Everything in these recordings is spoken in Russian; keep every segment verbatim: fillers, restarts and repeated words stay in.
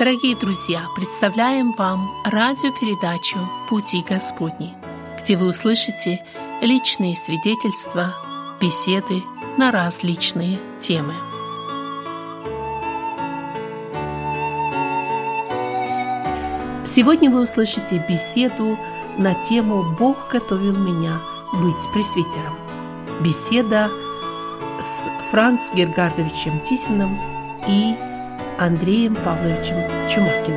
Дорогие друзья, представляем вам радиопередачу «Пути Господни», где вы услышите личные свидетельства, беседы на различные темы. Сегодня вы услышите беседу на тему «Бог готовил меня быть пресвитером». Беседа с Франц Гергардовичем Тисиным и Андреем Павловичем Чумакиным.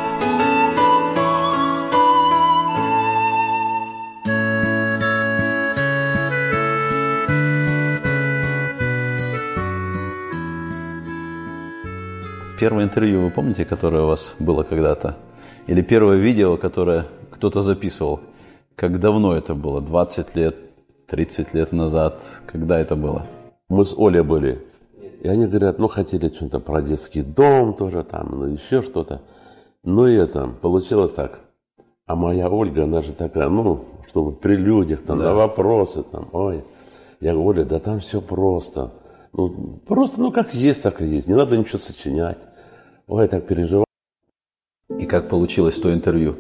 Первое интервью, вы помните, которое у вас было когда-то? Или первое видео, которое кто-то записывал? Как давно это было? двадцать лет, тридцать лет назад? Когда это было? Мы с Олей были. И они говорят, ну, хотели что-то про детский дом тоже там, ну, еще что-то. Ну, и это, получилось так. А моя Ольга, она же такая, ну, чтобы при людях, там, да. На вопросы, там, ой. Я говорю, Оля, да там все просто. Ну, просто, ну, как есть, так и есть. Не надо ничего сочинять. Ой, я так переживал. И как получилось то интервью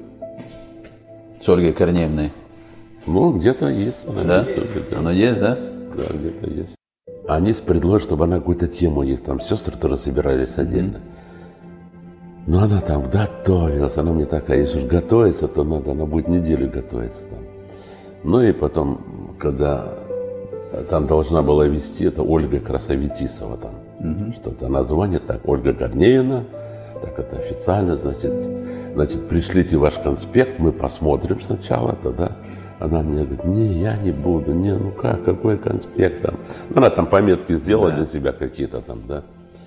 с Ольгой Корнеевной? Ну, где-то есть. Она да? Есть, да? Оно есть, да? Да, где-то есть. Они предложили, чтобы она какую-то тему, у них там сестры тоже собирались отдельно. Mm-hmm. Но она там готовилась, она мне такая, если уж готовится, то надо, она будет неделю готовиться там. Ну и потом, когда там должна была вести, это Ольга Красоветисова там, mm-hmm. что-то название, так, Ольга Корнеевна, так это официально, значит, значит, пришлите ваш конспект, мы посмотрим сначала тогда. Она мне говорит, не, я не буду, не, ну как, какой конспект там. Она там пометки сделала да. Для себя какие-то там, да.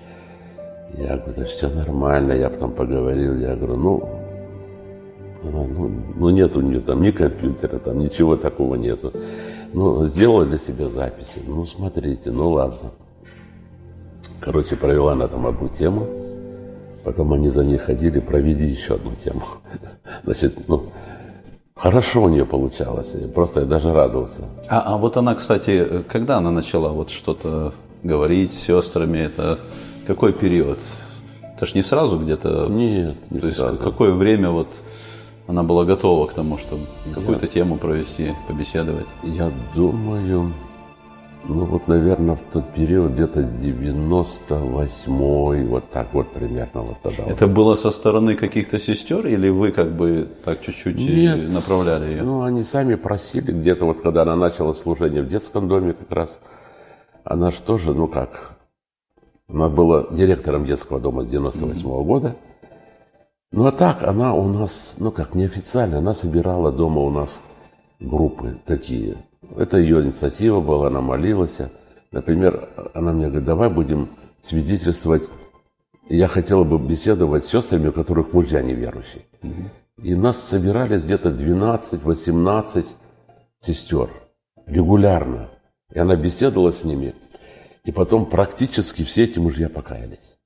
Я говорю, да все нормально, я потом поговорил, я говорю, ну, ну, ну нет у нее там ни компьютера, там ничего такого нету. Ну, сделала для себя записи, ну смотрите, ну ладно. Короче, провела она там одну тему, потом они за ней ходили, проведи еще одну тему. Значит, ну... Хорошо у нее получалось, просто я даже радовался. А, а вот она, кстати, когда она начала вот что-то говорить с сестрами, это какой период? Это ж не сразу где-то? Нет, не То сразу. есть какое время вот она была готова к тому, чтобы какую-то я, тему провести, побеседовать? Я думаю, ну вот, наверное, в тот период где-то девяносто восьмой, вот так вот примерно вот тогда. Это вот. Было со стороны каких-то сестер или вы как бы так чуть-чуть Нет, направляли ее? Ну, они сами просили где-то вот, когда она начала служение в детском доме как раз, она же тоже, ну как, она была директором детского дома с девяносто восьмого mm-hmm. года. Ну а так она у нас, ну как, неофициально, она собирала дома у нас группы такие. Это ее инициатива была, она молилась. Например, она мне говорит, давай будем свидетельствовать. Я хотела бы беседовать с сестрами, у которых мужья неверующие. Mm-hmm. И нас собирались где-то двенадцать-восемнадцать сестер регулярно. И она беседовала с ними. И потом практически все эти мужья покаялись.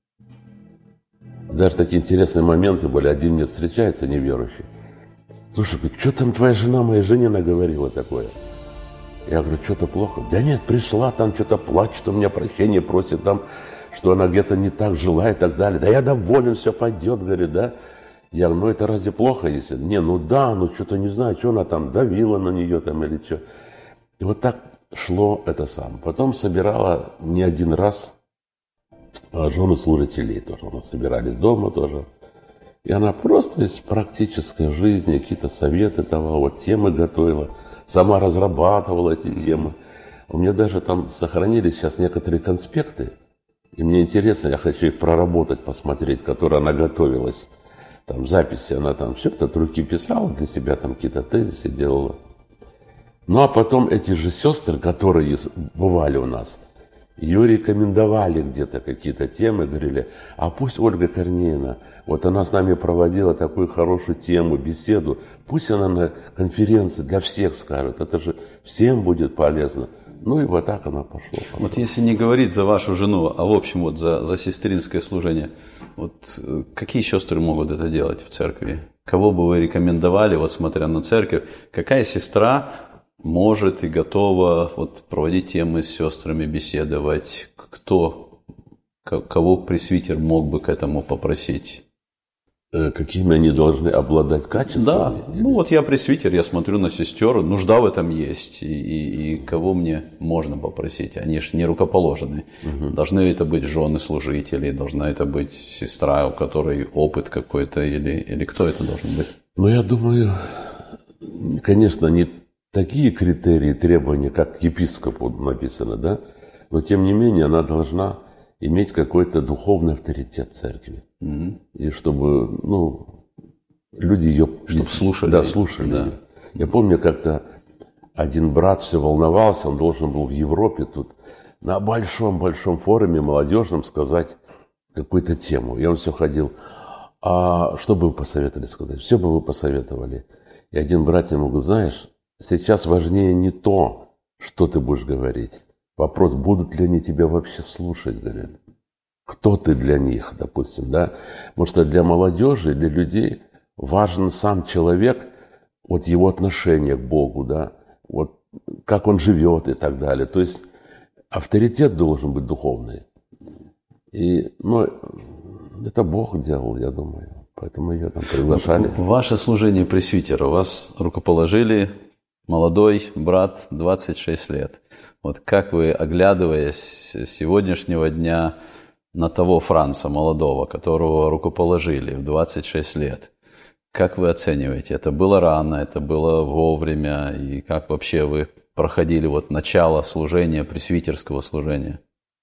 Даже такие интересные моменты были. Один мне встречается неверующий. Слушай, что там твоя жена моей жене наговорила такое? Я говорю, что-то плохо. Да нет, пришла там, что-то плачет, у меня прощения просит, там, что она где-то не так жила и так далее. Да я доволен, все пойдет, говорит, да. Я говорю, ну это разве плохо, если... Не, ну да, ну что-то не знаю, что она там давила на нее там или что. И вот так шло это сам. Потом собирала не один раз жены служителей тоже. У нас собирались дома тоже. И она просто из практической жизни какие-то советы давала, вот темы готовила. Сама разрабатывала эти темы. У меня даже там сохранились сейчас некоторые конспекты. И мне интересно, я хочу их проработать, посмотреть, которые она готовилась. Там записи она там все это от руки писала для себя, там какие-то тезисы делала. Ну а потом эти же сестры, которые бывали у нас, ее рекомендовали где-то какие-то темы, говорили, а пусть Ольга Корнеевна, вот она с нами проводила такую хорошую тему, беседу, пусть она на конференции для всех скажет, это же всем будет полезно. Ну и вот так она пошла. Вот если не говорить за вашу жену, а в общем вот за, за сестринское служение, вот какие сестры могут это делать в церкви? Кого бы вы рекомендовали, вот смотря на церковь, какая сестра может и готова вот проводить темы с сестрами, беседовать? Кто, кого пресвитер мог бы к этому попросить? какими они должны обладать качествами? Да, или? ну вот я пресвитер, я смотрю на сестер, нужда в этом есть, и, и, и кого мне можно попросить, они же не рукоположены. Угу. Должны это быть жены служителей, должна это быть сестра, у которой опыт какой-то, или, или кто это должен быть? Ну, я думаю, конечно, не такие критерии, требования, как к епископу написано, да, но тем не менее она должна иметь какой-то духовный авторитет в церкви. Mm-hmm. И чтобы, ну, люди ее... Чтобы слушали. Да, слушали да. ее. Я помню, как-то один брат все волновался, он должен был в Европе тут на большом-большом форуме молодежном сказать какую-то тему. И он все ходил, а что бы вы посоветовали сказать? Все бы вы посоветовали. И один брат ему говорит, знаешь, сейчас важнее не то, что ты будешь говорить. Вопрос, будут ли они тебя вообще слушать, говорят. Кто ты для них, допустим, да? Потому что для молодежи, для людей важен сам человек, вот его отношение к Богу, да, вот как он живет и так далее. То есть авторитет должен быть духовный. И, ну, это Бог делал, я думаю. Поэтому ее там приглашали. Ваше служение пресвитера, вас рукоположили молодой брат, двадцать шесть лет. Вот как вы, оглядываясь с сегодняшнего дня на того Франца молодого, которого рукоположили в двадцать шесть лет, как вы оцениваете? Это было рано, это было вовремя, и как вообще вы проходили вот начало служения, пресвитерского служения?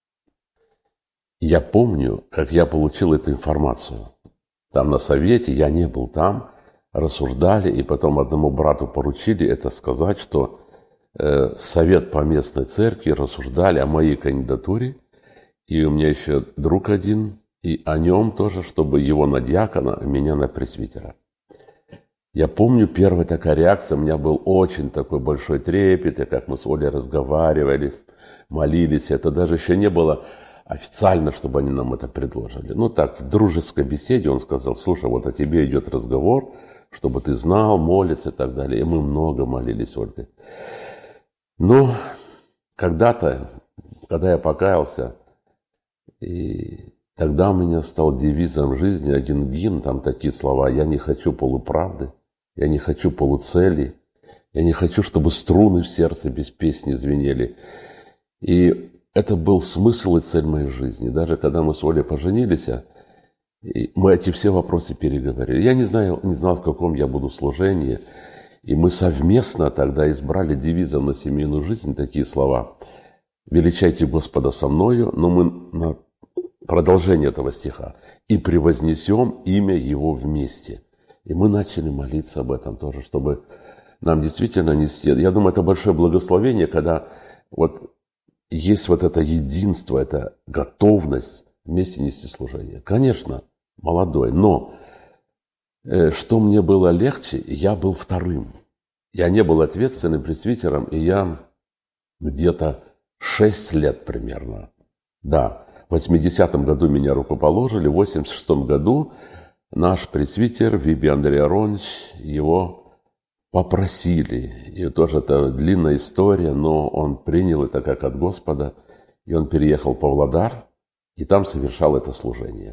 Я помню, как я получил эту информацию. Там на совете, я не был там, рассуждали, и потом одному брату поручили это сказать, что э, совет по местной церкви рассуждали о моей кандидатуре, и у меня еще друг один, и о нем тоже, чтобы его на диакона, а меня на пресвитера. Я помню, первая такая реакция, у меня был очень такой большой трепет, и как мы с Олей разговаривали, молились, это даже еще не было официально, чтобы они нам это предложили. Ну так, в дружеской беседе он сказал, слушай, вот о тебе идет разговор, чтобы ты знал, молиться и так далее. И мы много молились, Ольга. Но когда-то, когда я покаялся, и тогда у меня стал девизом жизни один гимн, там такие слова, я не хочу полуправды, я не хочу полуцели, я не хочу, чтобы струны в сердце без песни звенели. И это был смысл и цель моей жизни. Даже когда мы с Олей поженились, мы эти все вопросы переговорили. Я не знаю, не знал, в каком я буду служении. И мы совместно тогда избрали девизом на семейную жизнь такие слова. «Величайте Господа со мною», но мы на продолжение этого стиха. «И превознесем имя Его вместе». И мы начали молиться об этом тоже, чтобы нам действительно нести. Я думаю, это большое благословение, когда вот есть вот это единство, эта готовность вместе нести служение. Конечно, молодой, но э, что мне было легче, я был вторым. Я не был ответственным пресвитером, и я где-то шесть лет примерно. Да, в восьмидесятом году меня рукоположили, в восемьдесят шестом году наш пресвитер Виби Андрей Аронович, его попросили, и тоже это длинная история, но он принял это как от Господа, и он переехал в Павлодар, и там совершал это служение.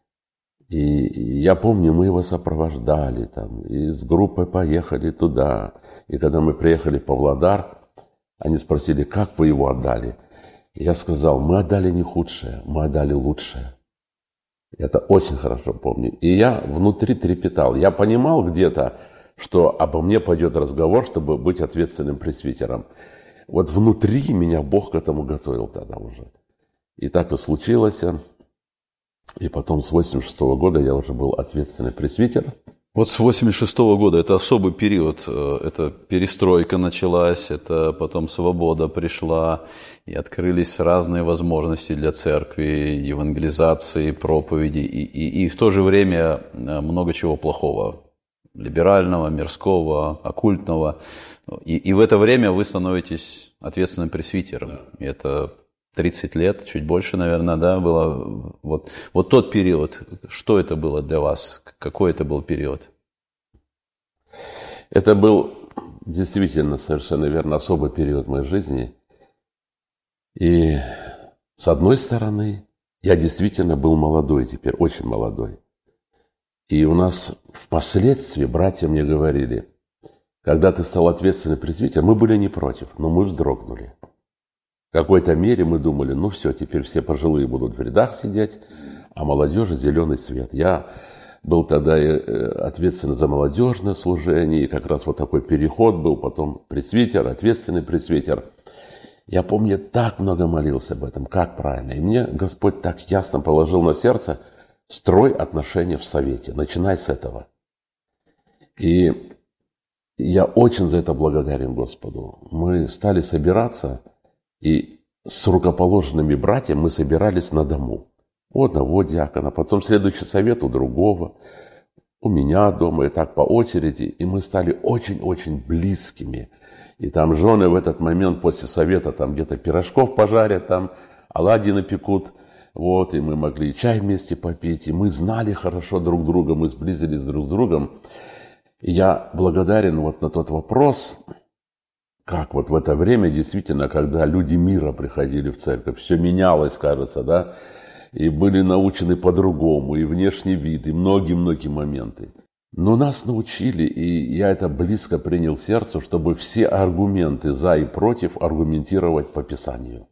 И я помню, мы его сопровождали там, и с группой поехали туда, и когда мы приехали в Павлодар, они спросили, как вы его отдали? И я сказал, мы отдали не худшее, мы отдали лучшее. Это очень хорошо помню. И я внутри трепетал, я понимал где-то, что обо мне пойдет разговор, чтобы быть ответственным пресвитером. Вот внутри меня Бог к этому готовил тогда уже. И так и случилось. И потом с восемьдесят шестого года я уже был ответственный пресвитер. Вот с восемьдесят шестого года, это особый период, это перестройка началась, это потом свобода пришла, и открылись разные возможности для церкви, евангелизации, проповеди, и, и, и в то же время много чего плохого. Либерального, мирского, оккультного. И, и в это время вы становитесь ответственным пресвитером. И это тридцать лет, чуть больше, наверное, да, было. Вот, вот тот период, что это было для вас? Какой это был период? Это был действительно совершенно верно особый период моей жизни. И с одной стороны, я действительно был молодой теперь, очень молодой. И у нас впоследствии братья мне говорили, когда ты стал ответственным пресвитером, мы были не против, но мы вздрогнули. В какой-то мере мы думали, ну все, теперь все пожилые будут в рядах сидеть, а молодежи зеленый свет. Я был тогда ответственный за молодежное служение, и как раз вот такой переход был, потом пресвитер, ответственный пресвитер. Я помню, так много молился об этом, как правильно. И мне Господь так ясно положил на сердце: строй отношения в совете, начинай с этого. И я очень за это благодарен Господу. Мы стали собираться, и с рукоположенными братьями мы собирались на дому. У одного диакона, потом следующий совет у другого, у меня дома, и так по очереди. И мы стали очень-очень близкими. И там жены в этот момент после совета там где-то пирожков пожарят, там оладьи напекут. Вот, и мы могли чай вместе попить. И мы знали хорошо друг друга, мы сблизились друг с другом. И я благодарен вот на тот вопрос, как вот в это время, действительно, когда люди мира приходили в церковь, все менялось, кажется, да, и были научены по-другому, и внешний вид, и многие-многие моменты. Но нас научили, и я это близко принял к сердцу, чтобы все аргументы за и против аргументировать по Писанию.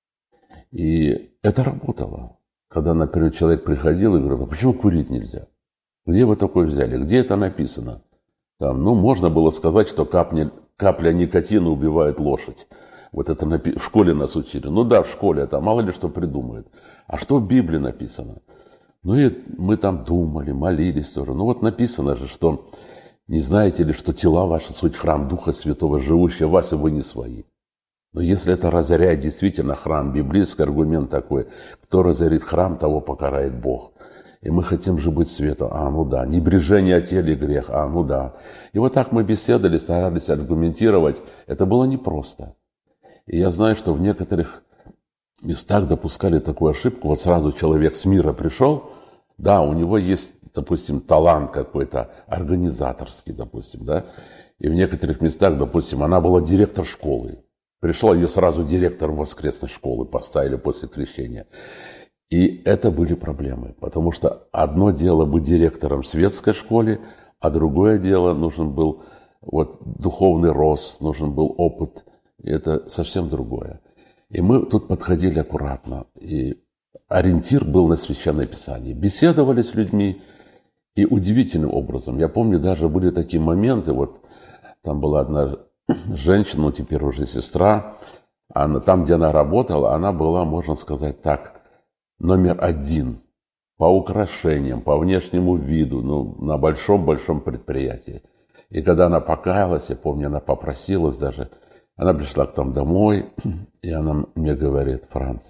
И это работало. Когда, например, человек приходил и говорил: а почему курить нельзя? Где вы такое взяли? Где это написано? Там, ну, можно было сказать, что капля, капля никотина убивает лошадь. Вот это напи- в школе нас учили. Ну да, в школе, это мало ли что придумают. А что в Библии написано? Ну и мы там думали, молились тоже. Ну вот написано же, что не знаете ли, что тела ваши суть храм Духа Святого, живущего в вас, и вы не свои. Но если это разоряет действительно храм, библейский аргумент такой: кто разорит храм, того покарает Бог. И мы хотим же быть светом. А, ну да. Небрежение о теле грех. А, ну да. И вот так мы беседовали, старались аргументировать. Это было непросто. И я знаю, что в некоторых местах допускали такую ошибку. Вот сразу человек с мира пришел. Да, у него есть, допустим, талант какой-то организаторский, допустим, да. И в некоторых местах, допустим, она была директор школы. Пришла ее сразу директором воскресной школы, поставили после крещения. И это были проблемы, потому что одно дело быть директором в светской школе, а другое дело, нужен был вот духовный рост, нужен был опыт. И это совсем другое. И мы тут подходили аккуратно. И ориентир был на Священное Писание. Беседовали с людьми, и удивительным образом. Я помню, даже были такие моменты, вот там была одна женщина, ну теперь уже сестра, она, там, где она работала, она была, можно сказать так, номер один по украшениям, по внешнему виду, ну, на большом-большом предприятии. И когда она покаялась, я помню, она попросилась даже, она пришла к нам домой, и она мне говорит: Франц,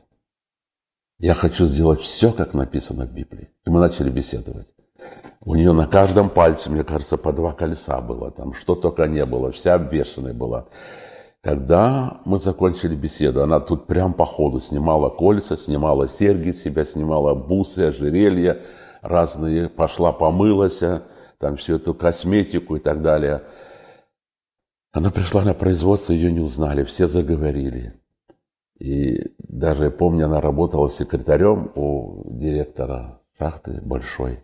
я хочу сделать все, как написано в Библии. И мы начали беседовать. У нее на каждом пальце, мне кажется, по два колеса было, там что только не было, вся обвешанная была. Когда мы закончили беседу, она тут прям по ходу снимала кольца, снимала серьги с себя, снимала бусы, ожерелья разные, пошла помылась, там всю эту косметику и так далее. Она пришла на производство, ее не узнали, все заговорили. И даже, я помню, она работала секретарем у директора шахты большой.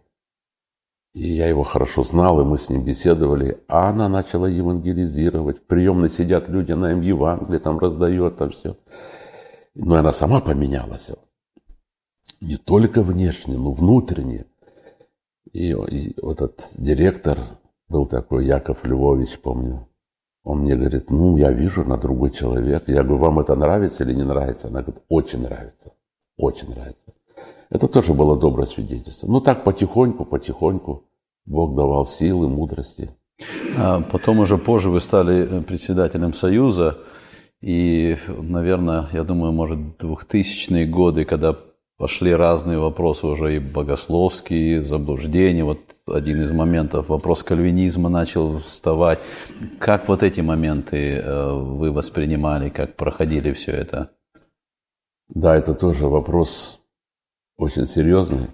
И я его хорошо знал, и мы с ним беседовали. А она начала евангелизировать. В приемной сидят люди, она им Евангелие там раздает, там все. Но она сама поменялась. Не только внешне, но внутренне. И, и вот этот директор был такой, Яков Львович, помню. Он мне говорит: ну, я вижу, она другой человек. Я говорю: вам это нравится или не нравится? Она говорит: очень нравится, очень нравится. Это тоже было доброе свидетельство. Ну, так потихоньку, потихоньку Бог давал силы, мудрости. А потом уже позже вы стали председателем Союза. И, наверное, я думаю, может, двухтысячные годы, когда пошли разные вопросы уже и богословские, и заблуждения. Вот один из моментов, вопрос кальвинизма начал вставать. Как вот эти моменты вы воспринимали, как проходили все это? Да, это тоже вопрос очень серьезный.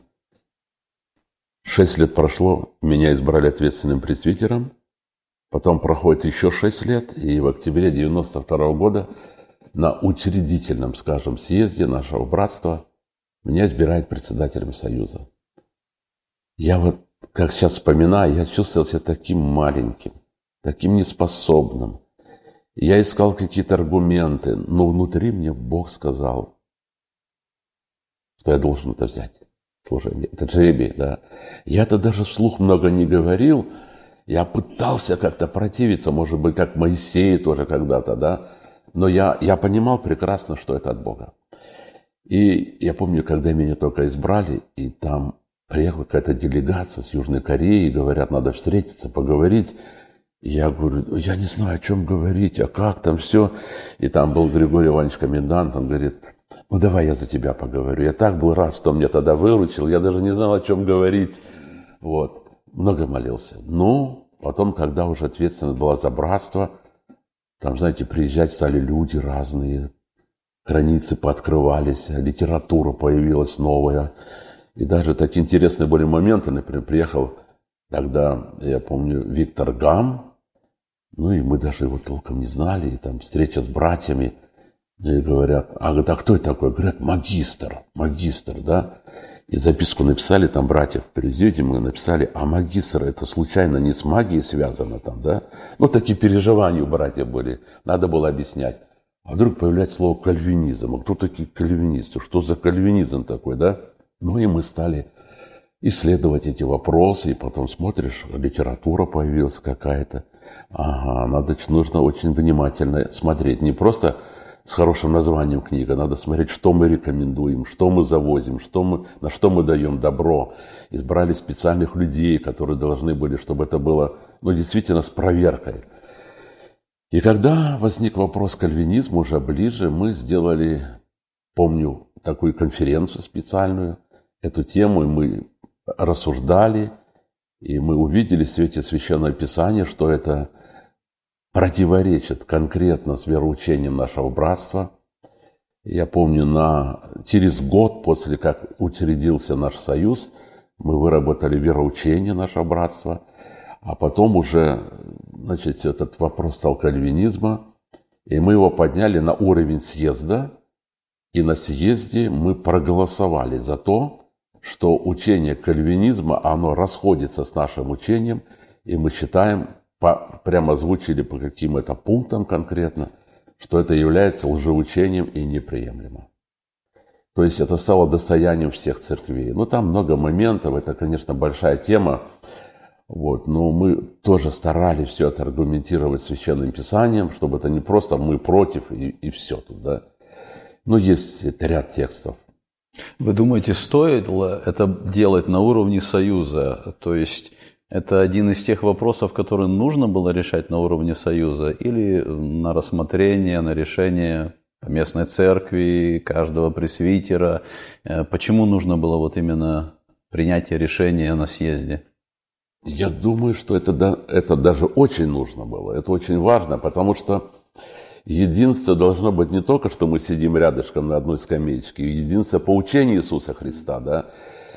Шесть лет прошло, меня избрали ответственным пресвитером. Потом проходит еще шесть лет, и в октябре девяносто второго года на учредительном, скажем, съезде нашего братства меня избирают председателем Союза. Я вот как сейчас вспоминаю, я чувствовал себя таким маленьким, таким неспособным. Я искал какие-то аргументы, но внутри мне Бог сказал, что я должен это взять. Служение. Это жребий, да. Я-то даже вслух много не говорил. Я пытался как-то противиться, может быть, как Моисей тоже когда-то, да. Но я, я понимал прекрасно, что это от Бога. И я помню, когда меня только избрали, и там приехала какая-то делегация с Южной Кореи, говорят, надо встретиться, поговорить. И я говорю, я не знаю, о чем говорить, а как там все. И там был Григорий Иванович комендант, он говорит, ну давай я за тебя поговорю. Я так был рад, что он меня тогда выручил, я даже не знал, о чем говорить. Вот. Много молился. Ну, потом, когда уже ответственность была за братство, там, знаете, приезжать стали люди разные, границы пооткрывались, литература появилась новая. И даже такие интересные были моменты, например, приехал тогда, я помню, Виктор Гам, ну и мы даже его толком не знали, и там встреча с братьями, и говорят, а, говорят, а кто это такой? Говорят, магистр, магистр, да. И записку написали, там братьев привезете, мы написали, а магистр это случайно не с магией связано там, да? Ну, такие переживания у братьев были, надо было объяснять. А вдруг появляется слово кальвинизм. А кто такие кальвинисты? Что за кальвинизм такой, да? Ну и мы стали исследовать эти вопросы, и потом смотришь, литература появилась какая-то. Ага, надо, нужно очень внимательно смотреть, не просто с хорошим названием книга, надо смотреть, что мы рекомендуем, что мы завозим, что мы, на что мы даем добро. Избрали специальных людей, которые должны были, чтобы это было, ну, действительно с проверкой. И когда возник вопрос кальвинизма уже ближе, мы сделали, помню, такую конференцию специальную, эту тему, и мы рассуждали, и мы увидели в свете Священного Писания, что это противоречит конкретно с вероучением нашего братства. Я помню, на, через год после как учредился наш союз, мы выработали вероучение нашего братства, а потом уже, значит, этот вопрос стал кальвинизма, и мы его подняли на уровень съезда, и на съезде мы проголосовали за то, что учение кальвинизма, оно расходится с нашим учением, и мы считаем, по, прямо озвучили по каким это пунктам конкретно, что это является лжеучением и неприемлемо. То есть это стало достоянием всех церквей. Ну, там много моментов, это, конечно, большая тема, вот, но мы тоже старались все это аргументировать Священным Писанием, чтобы это не просто мы против и, и все тут, да. Но есть ряд текстов. Вы думаете, стоило это делать на уровне Союза? То есть это один из тех вопросов, которые нужно было решать на уровне Союза, или на рассмотрение, на решение местной церкви, каждого пресвитера? Почему нужно было вот именно принятие решения на съезде? Я думаю, что это, это даже очень нужно было. Это очень важно, потому что единство должно быть не только, что мы сидим рядышком на одной скамеечке, единство по учению Иисуса Христа, да,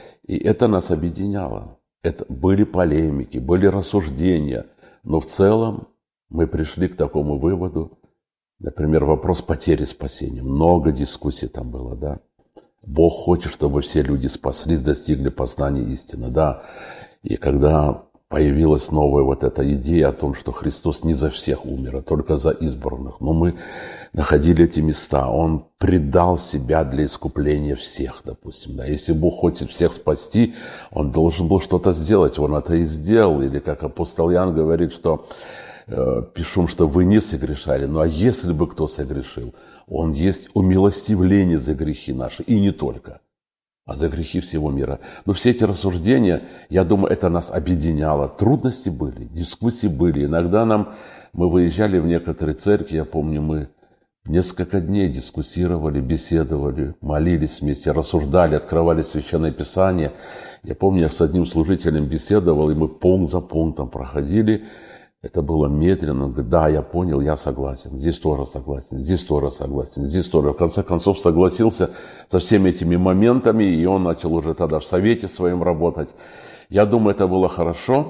и это нас объединяло. Это были полемики, были рассуждения, но в целом мы пришли к такому выводу, например, вопрос потери спасения. Много дискуссий там было, да. Бог хочет, чтобы все люди спаслись, достигли познания истины, да. И когда появилась новая вот эта идея о том, что Христос не за всех умер, а только за избранных. Но мы находили эти места. Он предал себя для искупления всех, допустим. Да. Если Бог хочет всех спасти, Он должен был что-то сделать. Он это и сделал. Или как апостол Иоанн говорит, что э, пишем, что вы не согрешали. Ну а если бы кто согрешил, Он есть умилостивление за грехи наши. И не только, а за грехи всего мира. Но все эти рассуждения, я думаю, это нас объединяло. Трудности были, дискуссии были. Иногда нам, мы выезжали в некоторые церкви, я помню, мы несколько дней дискуссировали, беседовали, молились вместе, рассуждали, открывали Священное Писание. Я помню, я с одним служителем беседовал, и мы пункт за пунктом проходили. Это было медленно. Он говорит, да, я понял, я согласен. Здесь тоже согласен, здесь тоже согласен, здесь тоже. В конце концов согласился со всеми этими моментами, и он начал уже тогда в совете своем работать. Я думаю, это было хорошо.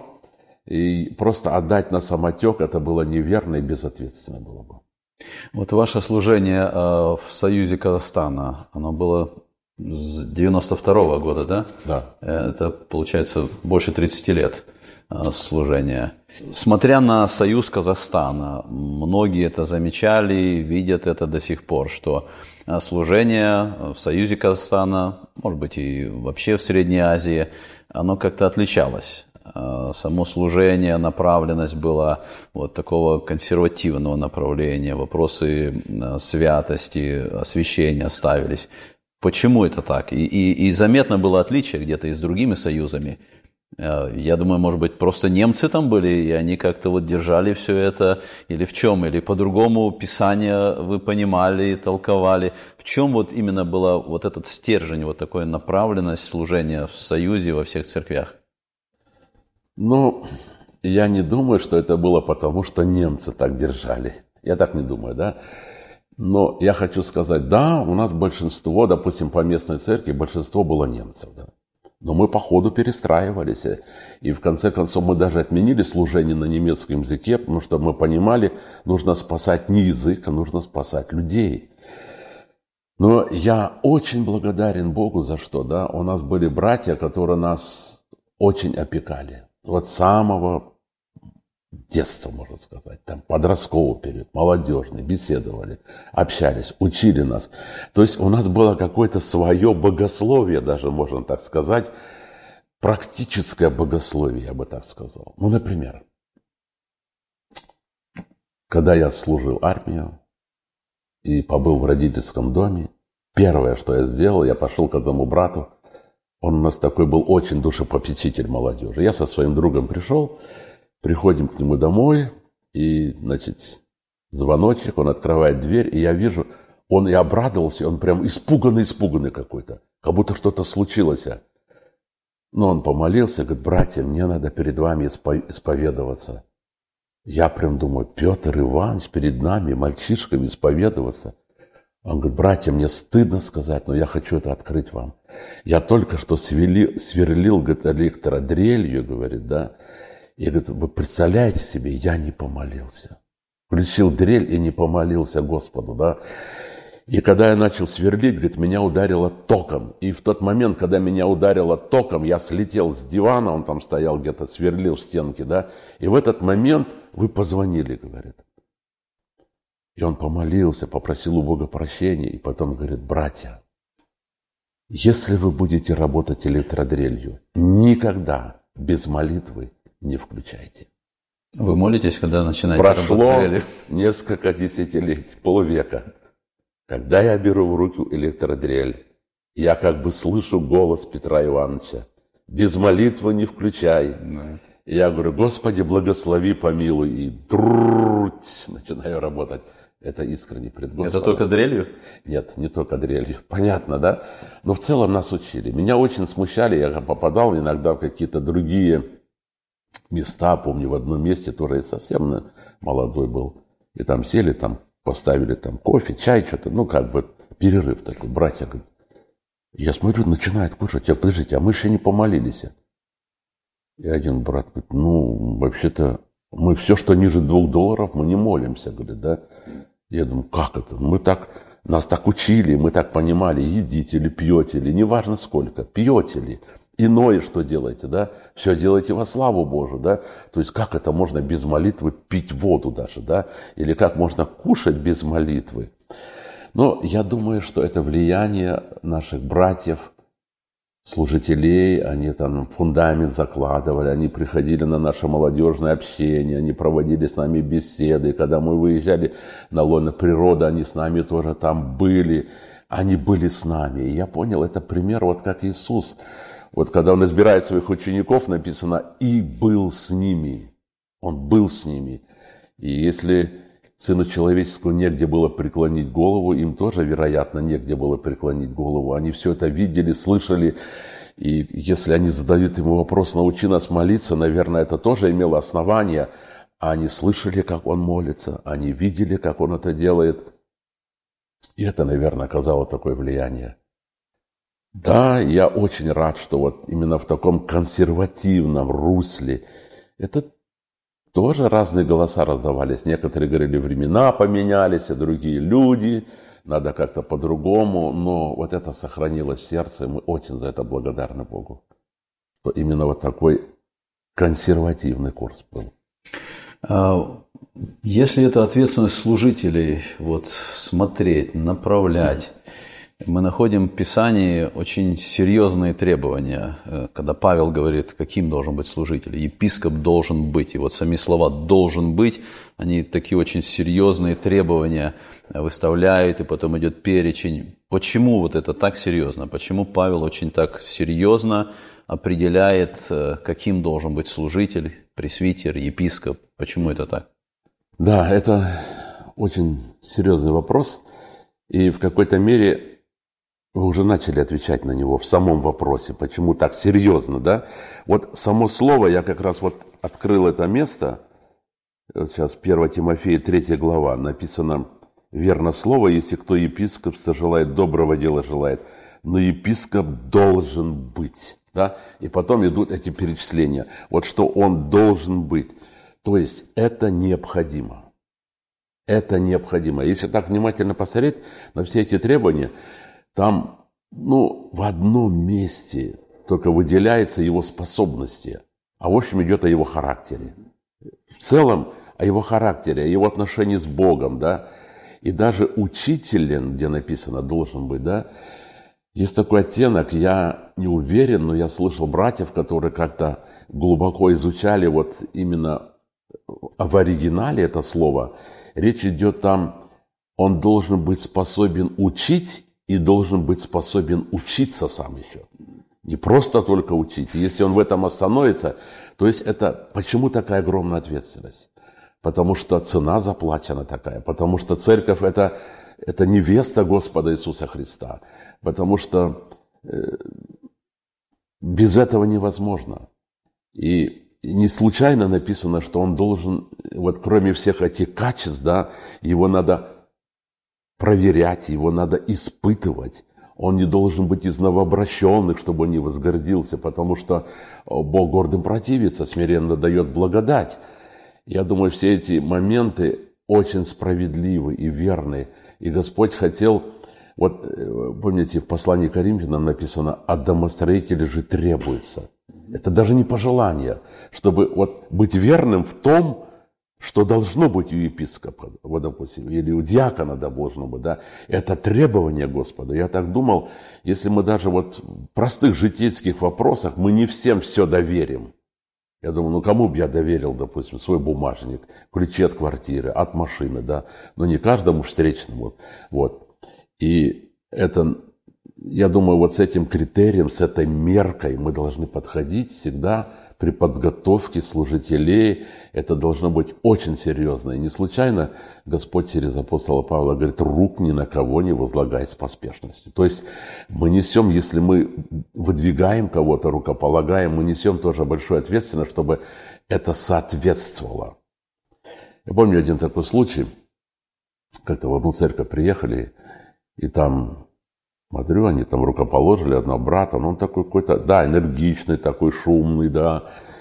И просто отдать на самотек, это было неверно и безответственно было бы. Вот ваше служение в Союзе Казахстана, оно было С девяносто второго года, да? Да. Это, получается, больше тридцати лет служения. Смотря на союз Казахстана, многие это замечали, видят это до сих пор, что служение в союзе Казахстана, может быть и вообще в Средней Азии, оно как-то отличалось. Само служение, направленность была вот такого консервативного направления, вопросы святости, освящения ставились. Почему это так? И, и, и заметно было отличие где-то и с другими союзами. Я думаю, может быть, просто немцы там были, и они как-то вот держали все это, или в чем, или по-другому Писание вы понимали, толковали. В чем вот именно была вот этот стержень, вот такая направленность служения в союзе во всех церквях? Ну, я не думаю, что это было потому, что немцы так держали. Я так не думаю, да? Но я хочу сказать, да, у нас большинство, допустим, по местной церкви, большинство было немцев, да. Но мы по ходу перестраивались. И в конце концов мы даже отменили служение на немецком языке, потому что мы понимали, нужно спасать не язык, а нужно спасать людей. Но я очень благодарен Богу за что, да. У нас были братья, которые нас очень опекали. Вот с самого детства, можно сказать, там подростковый период, молодежный, беседовали, общались, учили нас. То есть у нас было какое-то свое богословие, даже можно так сказать, практическое богословие, я бы так сказал. Ну, например, когда я служил армию и побыл в родительском доме, первое, что я сделал, я пошел к одному брату, он у нас такой был очень душепопечитель молодежи. Я со своим другом пришел, приходим к нему домой, и, значит, звоночек, он открывает дверь, и я вижу, он и обрадовался, он прям испуганный-испуганный какой-то, как будто что-то случилось. Но он помолился, говорит, братья, мне надо перед вами исповедоваться. Я прям думаю, Петр Иванович перед нами, мальчишками, исповедоваться. Он говорит, братья, мне стыдно сказать, но я хочу это открыть вам. Я только что свели, сверлил, говорит, электродрелью, говорит, да. И говорит, вы представляете себе, я не помолился. Включил дрель и не помолился Господу, да. И когда я начал сверлить, говорит, меня ударило током. И в тот момент, когда меня ударило током, я слетел с дивана, он там стоял где-то, сверлил в стенке, да. И в этот момент вы позвонили, говорит. И он помолился, попросил у Бога прощения, и потом говорит, братья, если вы будете работать электродрелью, никогда без молитвы не включайте. Вы молитесь, когда начинаете Прошло работать? Прошло несколько десятилетий, полвека. Когда я беру в руки электродрель, я как бы слышу голос Петра Ивановича. Без молитвы не включай. Да. И я говорю, Господи, благослови, помилуй. И труть, начинаю работать. Это искренне пред Господом. Это только дрелью? Нет, не только дрелью. Понятно, да? Но в целом нас учили. Меня очень смущали. Я попадал иногда в какие-то другие места. Помню, в одном месте тоже я совсем молодой был. И там сели, там поставили там кофе, чай, что-то. Ну, как бы перерыв такой. Братья говорят. Я смотрю, начинают кушать. Я, подождите, а мы еще не помолились. И один брат говорит, ну, вообще-то мы все, что ниже двух долларов, мы не молимся. Говорит, да? Я думаю, как это? Мы так, нас так учили, мы так понимали, едите ли, пьете ли, неважно сколько, пьете ли. Иное что делаете, да? Все делаете во славу Божию, да? То есть как это можно без молитвы пить воду даже, да? Или как можно кушать без молитвы? Но я думаю, что это влияние наших братьев, служителей, они там фундамент закладывали, они приходили на наше молодежное общение, они проводили с нами беседы. Когда мы выезжали на лоно природы, они с нами тоже там были, они были с нами. И я понял, это пример вот как Иисус. Вот когда Он избирает своих учеников, написано «и был с ними». Он был с ними. И если Сыну Человеческому негде было преклонить голову, им тоже, вероятно, негде было преклонить голову. Они все это видели, слышали. И если они задают ему вопрос «научи нас молиться», наверное, это тоже имело основание. Они слышали, как он молится, они видели, как он это делает. И это, наверное, оказало такое влияние. Да, я очень рад, что вот именно в таком консервативном русле это тоже разные голоса раздавались. Некоторые говорили, времена поменялись, а другие люди. надо как-то по-другому, но вот это сохранилось в сердце, и мы очень за это благодарны Богу, что именно вот такой консервативный курс был. Если это ответственность служителей, вот смотреть, направлять, мы находим в Писании очень серьезные требования, когда Павел говорит, каким должен быть служитель. Епископ должен быть, и вот сами слова «должен быть», они такие очень серьезные требования выставляют, и потом идет перечень. Почему вот это так серьезно? Почему Павел очень так серьезно определяет, каким должен быть служитель, пресвитер, епископ? Почему это так? Да, это очень серьезный вопрос, и в какой-то мере вы уже начали отвечать на него в самом вопросе, почему так серьезно, да? Вот само слово, я как раз вот открыл это место, вот сейчас первое Тимофея, третья глава, написано: «Верно слово, если кто епископство желает, доброго дела желает, но епископ должен быть». Да? И потом идут эти перечисления, вот что он должен быть. То есть это необходимо. Это необходимо. Если так внимательно посмотреть на все эти требования, там, ну, в одном месте только выделяются его способности, а в общем идет о его характере. В целом о его характере, о его отношении с Богом, да. И даже учителен, где написано должен быть, да. Есть такой оттенок, я не уверен, но я слышал братьев, которые как-то глубоко изучали вот именно в оригинале это слово. Речь идет там, он должен быть способен учить и должен быть способен учиться сам еще. Не просто только учить. И если он в этом остановится, то есть это почему такая огромная ответственность? Потому что цена заплачена такая. Потому что церковь это, это невеста Господа Иисуса Христа. Потому что э, без этого невозможно. И не случайно написано, что он должен, вот кроме всех этих качеств, да, его надо проверять, его надо испытывать. Он не должен быть из новообращенных, чтобы он не возгордился, потому что Бог гордым противится, смиренно дает благодать. Я думаю, все эти моменты очень справедливы и верны. И Господь хотел, вот помните, в послании к Коринфянам написано: «От домостроителя же требуется». Это даже не пожелание, чтобы вот быть верным в том, что должно быть у епископа, вот, допустим, или у диакона, да, должно быть, да, это требование Господа. Я так думал, если мы даже вот в простых житейских вопросах, мы не всем все доверим. Я думаю, ну кому бы я доверил, допустим, свой бумажник, ключи от квартиры, от машины, да, но не каждому встречному. Вот. И это, я думаю, вот с этим критерием, с этой меркой мы должны подходить всегда при подготовке служителей. Это должно быть очень серьезно. И не случайно Господь через апостола Павла говорит: рук ни на кого не возлагай с поспешностью. То есть мы несем, если мы выдвигаем кого-то, рукополагаем, мы несем тоже большую ответственность, чтобы это соответствовало. Я помню один такой случай. Как-то в одну церковь приехали, и там, смотрю, они там рукоположили одного брата, но он такой какой-то, да, энергичный, такой шумный, да.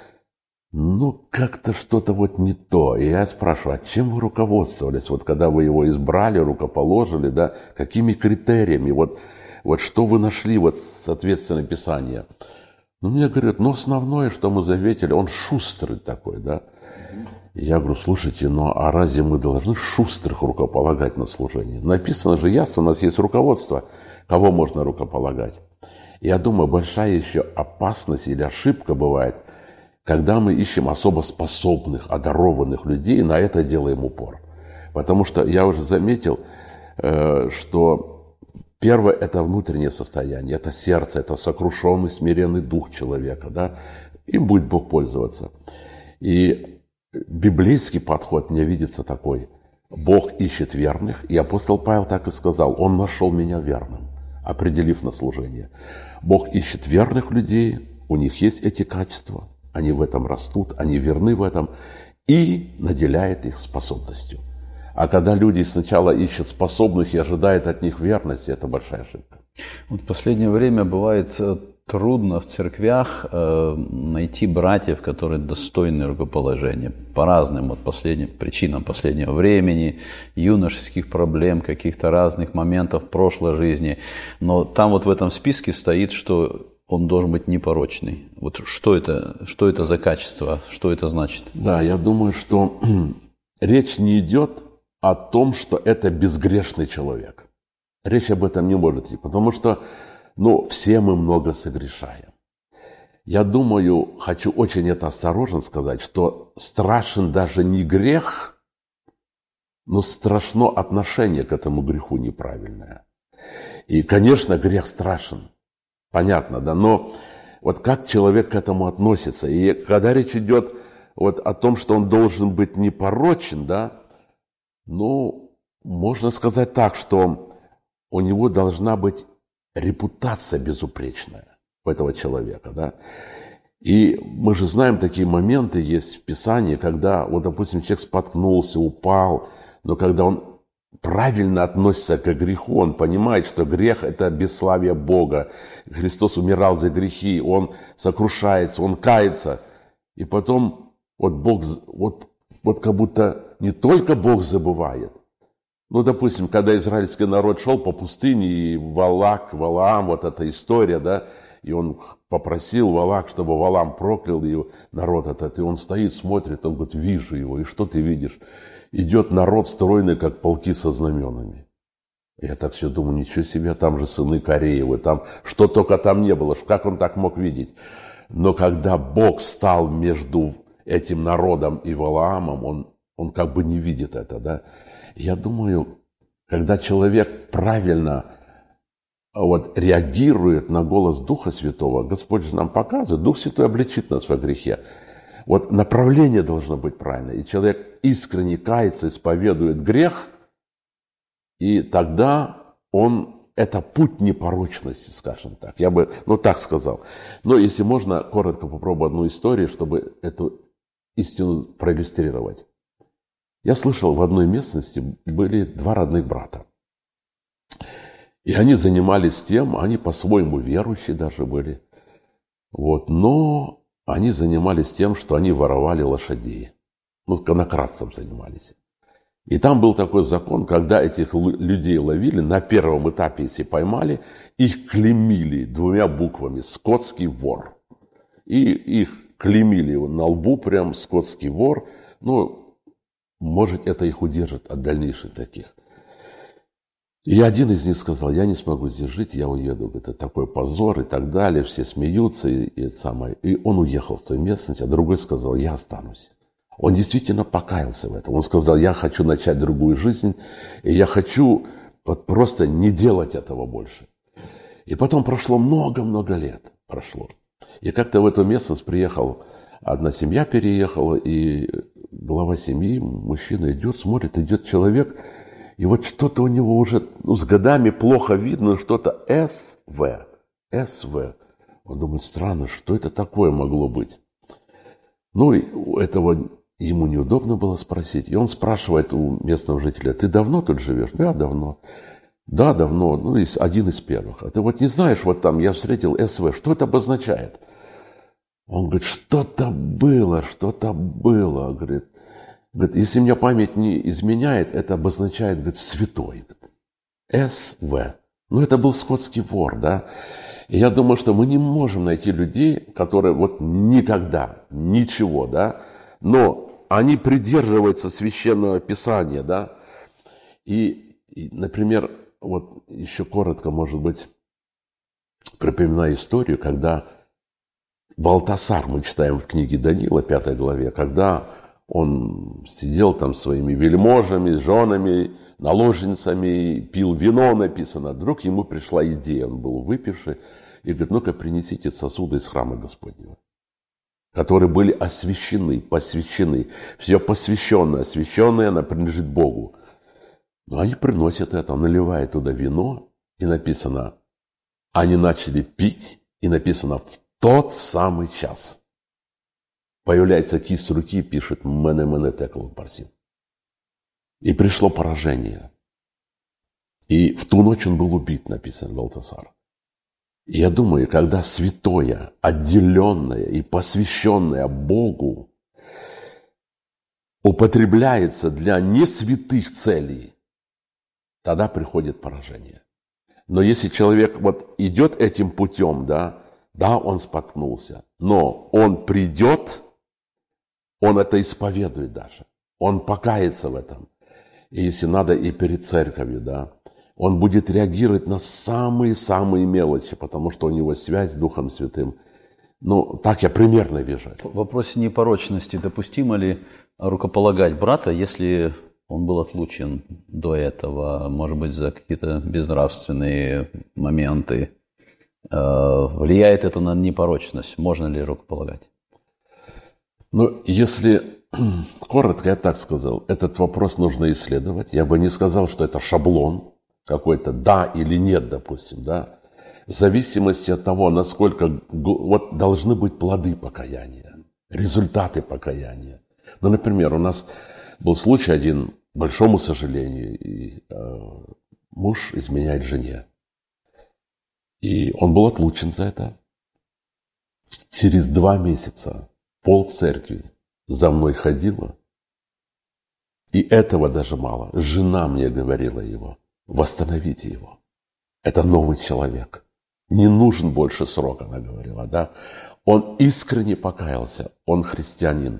Ну, как-то что-то вот не то. И я спрашиваю: а чем вы руководствовались, вот когда вы его избрали, рукоположили, да, какими критериями, вот, вот что вы нашли, вот, соответственно, Писание? Ну, мне говорят, ну, основное, что мы заметили, он шустрый такой, да. И я говорю: слушайте, ну, а разве мы должны шустрых рукополагать на служение? Написано же ясно, у нас есть руководство, кого можно рукополагать. Я думаю, большая еще опасность или ошибка бывает, когда мы ищем особо способных, одарованных людей, на это делаем упор. Потому что я уже заметил, что первое – это внутреннее состояние, это сердце, это сокрушенный, смиренный дух человека. Да? Им будет Бог пользоваться. И библейский подход мне видится такой: Бог ищет верных, и апостол Павел так и сказал: Он нашел меня верным, определив на служение. Бог ищет верных людей, у них есть эти качества, они в этом растут, они верны в этом, и наделяет их способностью. А когда люди сначала ищут способных и ожидают от них верности, это большая ошибка. Вот в последнее время бывает трудно в церквях э, найти братьев, которые достойны рукоположения по разным вот последним причинам последнего времени, юношеских проблем, каких-то разных моментов прошлой жизни. Но там вот в этом списке стоит, что он должен быть непорочный. Вот что это, что это за качество, что это значит? Да, я думаю, что речь не идет о том, что это безгрешный человек. Речь об этом не может идти, потому что ну, все мы много согрешаем. Я думаю, хочу очень это осторожно сказать, что страшен даже не грех, но страшно отношение к этому греху неправильное. И, конечно, грех страшен. Понятно, да, но вот как человек к этому относится. И когда речь идет вот о том, что он должен быть непорочен, да, ну, можно сказать так, что у него должна быть репутация безупречная у этого человека, да. И мы же знаем, такие моменты есть в Писании, когда, вот, допустим, человек споткнулся, упал, но когда он правильно относится к греху, он понимает, что грех – это бесславие Бога. Христос умирал за грехи, он сокрушается, он кается. И потом вот Бог, вот, вот как будто не только Бог забывает. Ну, допустим, когда израильский народ шел по пустыне, и Валак, Валаам, вот эта история, да, и он попросил Валак, чтобы Валаам проклял его, народ этот, и он стоит, смотрит, он говорит, вижу его, и что ты видишь? Идет народ стройный, как полки со знаменами. Я так все думаю, ничего себе, там же сыны Кореевы, там что только там не было, как он так мог видеть? Но когда Бог стал между этим народом и Валаамом, он, он как бы не видит это, да? Я думаю, когда человек правильно вот, реагирует на голос Духа Святого, Господь же нам показывает, Дух Святой обличит нас во грехе. Вот направление должно быть правильное. И человек искренне кается, исповедует грех, и тогда он, это путь непорочности, скажем так. Я бы, ну так сказал. Но если можно, коротко попробую одну историю, чтобы эту истину проиллюстрировать. Я слышал, в одной местности были два родных брата. И они занимались тем, они по-своему верующие даже были. Вот, но они занимались тем, что они воровали лошадей. Ну, конократством занимались. И там был такой закон, когда этих людей ловили, на первом этапе, если поймали, их клеймили двумя буквами «скотский вор». И их клеймили на лбу прям «скотский вор». Ну, может, это их удержит от дальнейших таких. И один из них сказал, я не смогу здесь жить, я уеду. Это такой позор и так далее. Все смеются. И, и, это самое. И он уехал с той местности, а другой сказал, я останусь. Он действительно покаялся в этом. Он сказал, я хочу начать другую жизнь. И я хочу вот просто не делать этого больше. И потом прошло много-много лет. Прошло. И как-то в эту местность приехал, одна семья переехала. И глава семьи, мужчина идет, смотрит, идет человек. И вот что-то у него уже ну, с годами плохо видно, что-то эс вэ. эс вэ. Он думает, странно, что это такое могло быть? Ну, и у этого ему неудобно было спросить. И он спрашивает у местного жителя, ты давно тут живешь? Да, давно. Да, давно. Ну, один из первых. А ты вот не знаешь, вот там я встретил эс вэ. Что это обозначает? Он говорит, что-то было, что-то было. Говорит, Говорит, если меня память не изменяет, это обозначает, говорит, святой. эс вэ. Ну, это был скотский вор, да. И я думаю, что мы не можем найти людей, которые вот никогда, ничего, да, но они придерживаются священного писания, да. И, и например, вот еще коротко, может быть, припоминаю историю, когда Валтасар, мы читаем в книге Даниила, пятой главе, когда он сидел там с своими вельможами, с женами, наложницами, пил вино, написано. Вдруг ему пришла идея, он был выпивший, и говорит, ну-ка принесите сосуды из храма Господнего, которые были освящены, посвящены. Все посвященное, освященное, оно принадлежит Богу. Но они приносят это, он наливает туда вино, и написано, они начали пить, и написано, в тот самый час. Появляется кисть руки, пишет «Мене-мене текл парсин». И пришло поражение. И в ту ночь он был убит, написано Валтасар. И я думаю, когда святое, отделенное и посвященное Богу употребляется для несвятых целей, тогда приходит поражение. Но если человек вот идет этим путем, да, да, он споткнулся, но он придет, он это исповедует даже, он покается в этом. И если надо, и перед церковью, да, он будет реагировать на самые-самые мелочи, потому что у него связь с Духом Святым. Ну, так я примерно вижу это. В вопросе непорочности допустимо ли рукополагать брата, если он был отлучен до этого, может быть, за какие-то безнравственные моменты? Влияет это на непорочность? Можно ли рукополагать? Ну, если коротко, я так сказал, этот вопрос нужно исследовать. Я бы не сказал, что это шаблон какой-то, да или нет, допустим, да. В зависимости от того, насколько вот должны быть плоды покаяния, результаты покаяния. Ну, например, у нас был случай один, к большому сожалению, и, э, муж изменяет жене. И он был отлучен за это. Через два месяца пол церкви за мной ходила. И этого даже мало. Жена мне говорила его: восстановите его. Это новый человек. Не нужен больше срок, она говорила, да. Он искренне покаялся, он христианин.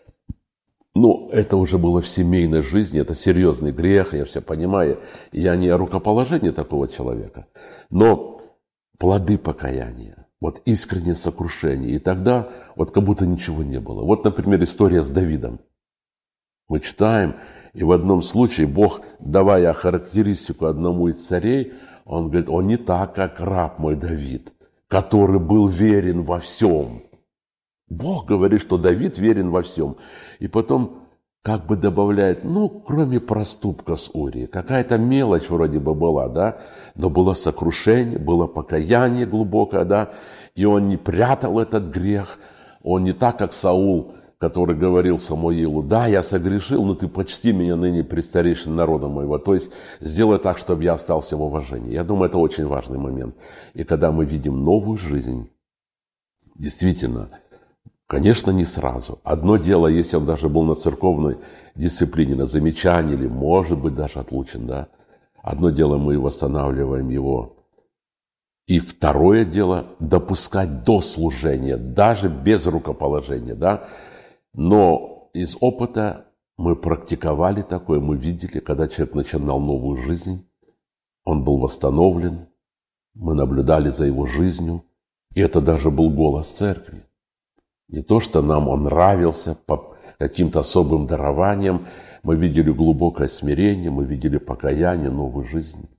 Ну, это уже было в семейной жизни, это серьезный грех, я все понимаю. Я не о рукоположении такого человека, но плоды покаяния, вот искреннее сокрушение. И тогда вот как будто ничего не было. Вот, например, история с Давидом. Мы читаем, и в одном случае Бог, давая характеристику одному из царей, он говорит: он не так, как раб мой Давид, который был верен во всем. Бог говорит, что Давид верен во всем. И потом как бы добавляет, ну, кроме проступка с Урией. Какая-то мелочь вроде бы была, да, но было сокрушение, было покаяние глубокое, да, и он не прятал этот грех. Он не так, как Саул, который говорил Самуилу: да, я согрешил, но ты почти меня ныне престарейшин народа моего. То есть сделай так, чтобы я остался в уважении. Я думаю, это очень важный момент. И когда мы видим новую жизнь, действительно, конечно, не сразу. Одно дело, если он даже был на церковной дисциплине, на замечании, или, может быть, даже отлучен, да. Одно дело, мы восстанавливаем его. И второе дело, допускать до служения, даже без рукоположения, да. Но из опыта мы практиковали такое, мы видели, когда человек начинал новую жизнь, он был восстановлен, мы наблюдали за его жизнью, и это даже был голос церкви. Не то, что нам он нравился по каким-то особым дарованиям, мы видели глубокое смирение, мы видели покаяние, новую жизнь.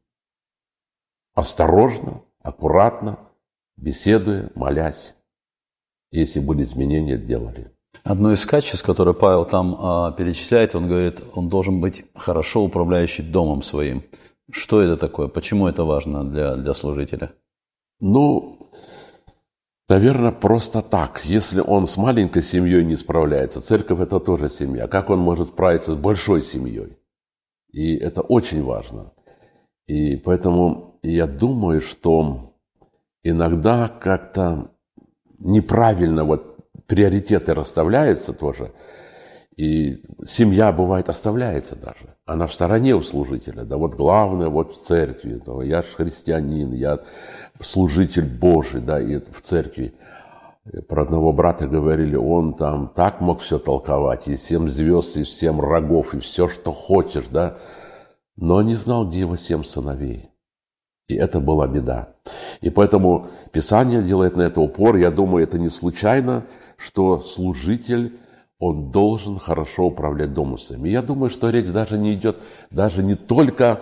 Осторожно, аккуратно, беседуя, молясь. Если были изменения, делали. Одно из качеств, которое Павел там а, перечисляет, он говорит, он должен быть хорошо управляющий домом своим. Что это такое? Почему это важно для, для служителя? Ну, наверное, просто так. Если он с маленькой семьей не справляется, церковь – это тоже семья. Как он может справиться с большой семьей? И это очень важно. И поэтому я думаю, что иногда как-то неправильно вот приоритеты расставляются тоже. И семья, бывает, оставляется даже. Она в стороне у служителя. Да вот главное, вот в церкви. Да, я же христианин, я служитель Божий, да, и в церкви. Про одного брата говорили, он там так мог все толковать, и семь звезд, и семь рогов, и все, что хочешь, да. Но не знал, где его семь сыновей. И это была беда. И поэтому Писание делает на это упор. Я думаю, это не случайно, что служитель, он должен хорошо управлять домом своим. И я думаю, что речь даже не идет даже не только